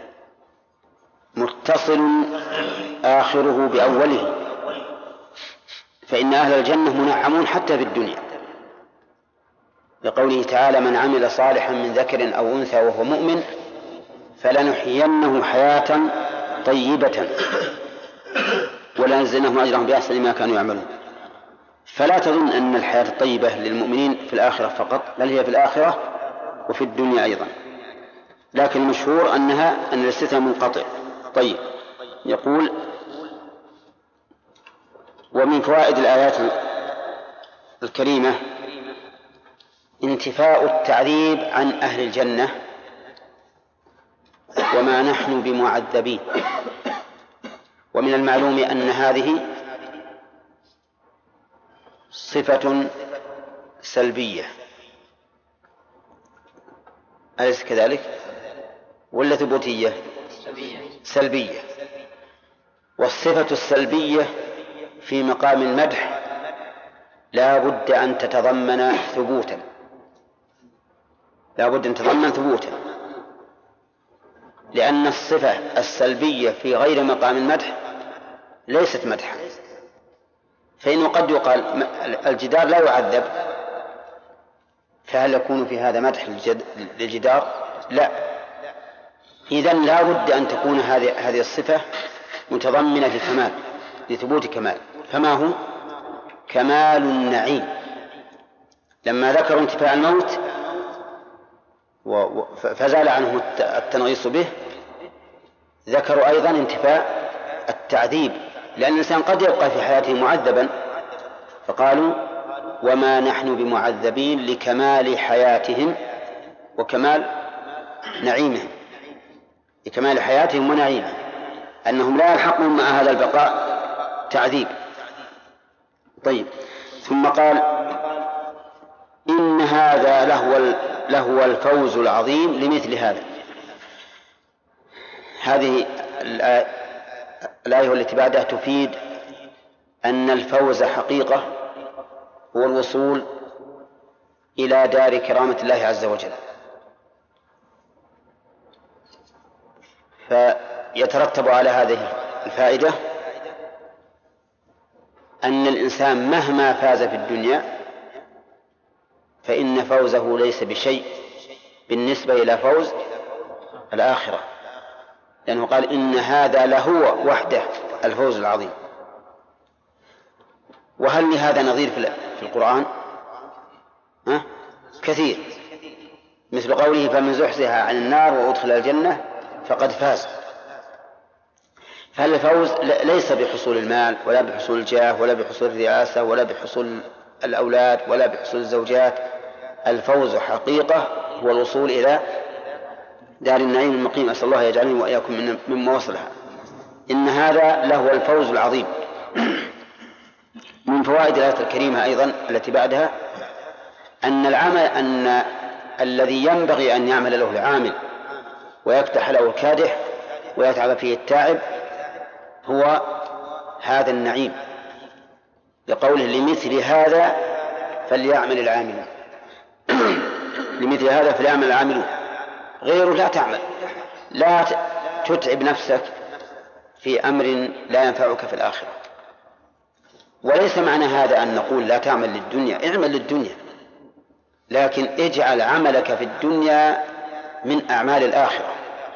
متصل آخره بأوله، فإن أهل الجنة منعمون حتى في الدنيا، لقوله تعالى من عمل صالحا من ذكر أو أنثى وهو مؤمن فلنحيينه حياة طيبة ولنجزينهم أجرهم بأحسن ما كانوا يعملون. فلا تظن أن الحياة الطيبة للمؤمنين في الآخرة فقط، بل هي في الآخرة وفي الدنيا أيضا، لكن المشهور أن الاستثناء منقطع. طيب يقول ومن فوائد الآيات الكريمة انتفاء التعذيب عن أهل الجنة وما نحن بمعذبين. ومن المعلوم أن هذه صفة سلبية، أليس كذلك؟ ولا ثبوتية؟ سلبية. والصفة السلبية في مقام المدح لا بد أن تتضمن ثبوتا، لا بد أن تتضمن ثبوتا، لأن الصفة السلبية في غير مقام المدح ليست مدحا. فإنه قد يقال الجدار لا يعذب، فهل يكون في هذا مدح للجدار؟ لا. إذن لا بد أن تكون هذه الصفة متضمنة لكمال، لثبوت كمال. فما هو؟ كمال النعيم. لما ذكروا انتفاء الموت فزال عنه التنغيص به، ذكروا أيضا انتفاء التعذيب، لأن الإنسان قد يبقى في حياته معذبا، فقالوا وما نحن بمعذبين لكمال حياتهم وكمال نعيمهم، لكمال حياتهم ونعيمهم، أنهم لا يلحقهم مع هذا البقاء تعذيب. طيب، ثم قال إن هذا لهو الفوز العظيم لمثل هذا. هذه الآية التي بعدها تفيد أن الفوز حقيقة هو الوصول إلى دار كرامة الله عز وجل. فيترتب على هذه الفائدة أن الإنسان مهما فاز في الدنيا فإن فوزه ليس بشيء بالنسبة إلى فوز الآخرة، لأنه قال إن هذا لهو وحده الفوز العظيم. وهل لهذا نظير في القرآن؟ كثير، مثل قوله فمن زحزح عن النار وأدخل الجنة فقد فاز. فهل الفوز ليس بحصول المال ولا بحصول الجاه ولا بحصول الرئاسة ولا بحصول الأولاد ولا بحصول الزوجات. الفوز حقيقة هو الوصول إلى دار النعيم المقيم. أسأل الله يجعلني وإياكم مما وصلها. إن هذا لهو الفوز العظيم. من فوائد الآية الكريمة أيضا التي بعدها أن الذي ينبغي أن يعمل له العامل ويفتح له الكادح ويتعب فيه التاعب هو هذا النعيم، لقوله لمثل هذا فليعمل العاملون. لمثل هذا فليعمل العاملون، غيره لا تعمل، لا تتعب نفسك في أمر لا ينفعك في الآخرة. وليس معنى هذا أن نقول لا تعمل للدنيا، اعمل للدنيا، لكن اجعل عملك في الدنيا من أعمال الآخرة.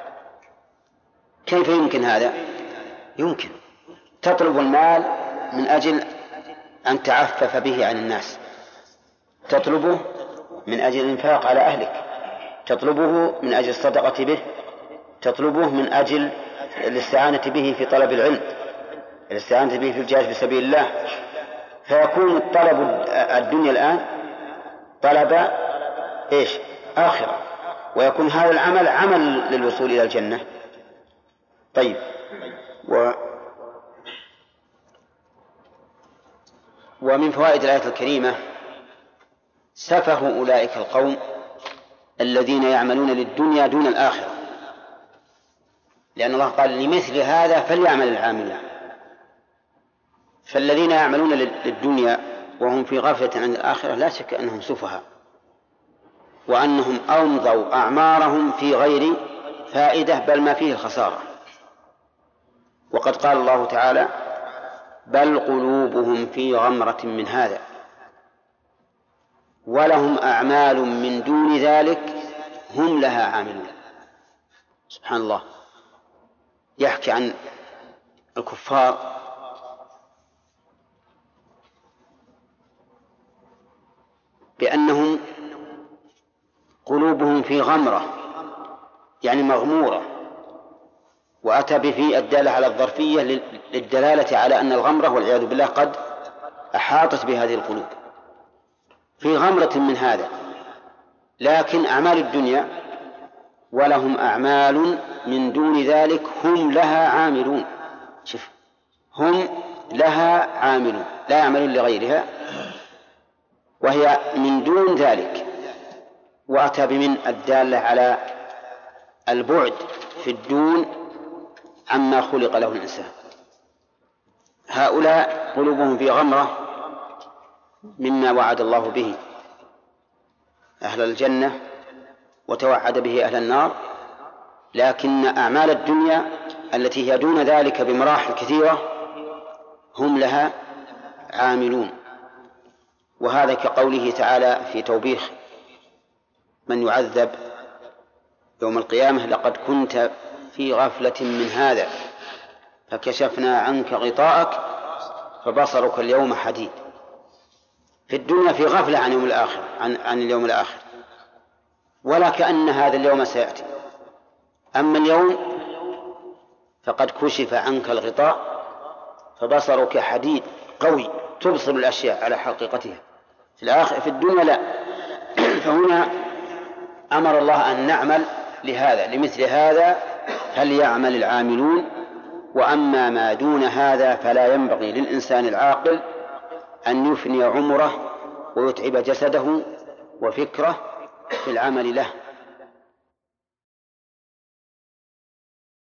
كيف يمكن هذا؟ يمكن تطلب المال من أجل أن تعفف به عن الناس، تطلبه من أجل الإنفاق على أهلك، تطلبه من أجل الصدقة به، تطلبه من أجل الاستعانة به في طلب العلم، الاستعانة به في الجهاد في سبيل الله. فيكون طلب الدنيا الآن طلب آخرة، ويكون هذا العمل عمل للوصول إلى الجنة. طيب، ومن فوائد الآية الكريمة سفه أولئك القوم الذين يعملون للدنيا دون الآخرة، لأن الله قال لمثل هذا فليعمل العاملون. فالذين يعملون للدنيا وهم في غفلة عن الآخرة لا شك أنهم سفهاء، وأنهم أمضوا أعمارهم في غير فائدة بل ما فيه الخسارة. وقد قال الله تعالى بل قلوبهم في غمرة من هذا ولهم أعمال من دون ذلك هم لها عاملون. سبحان الله، يحكي عن الكفار بأنهم قلوبهم في غمرة، يعني مغمورة، وأتى بفي الدالة على الظرفية للدلالة على أن الغمرة والعياذ بالله قد أحاطت بهذه القلوب، في غمرة من هذا. لكن أعمال الدنيا ولهم أعمال من دون ذلك هم لها عاملون. شوف، هم لها عاملون، لا يعملون لغيرها وهي من دون ذلك، وأتى بمن الدالة على البعد في الدون عما خلق له الإنسان. هؤلاء قلوبهم في غمرة مما وعد الله به أهل الجنة وتوعد به أهل النار، لكن أعمال الدنيا التي هي دون ذلك بمراحل كثيرة هم لها عاملون. وهذا كقوله تعالى في توبيخ من يعذب يوم القيامة: لقد كنت في غفلة من هذا فكشفنا عنك غطاءك فبصرك اليوم حديد. في الدنيا في غفلة عن يوم الآخر، عن اليوم الآخر، ولا كأن هذا اليوم سيأتي. أما اليوم فقد كشف عنك الغطاء فبصرك حديد قوي، تبصر الأشياء على حقيقتها. في الدنيا لا. فهنا أمر الله أن نعمل لمثل هذا فليعمل العاملون. وأما ما دون هذا فلا ينبغي للإنسان العاقل أن يفني عمره ويتعب جسده وفكره في العمل له.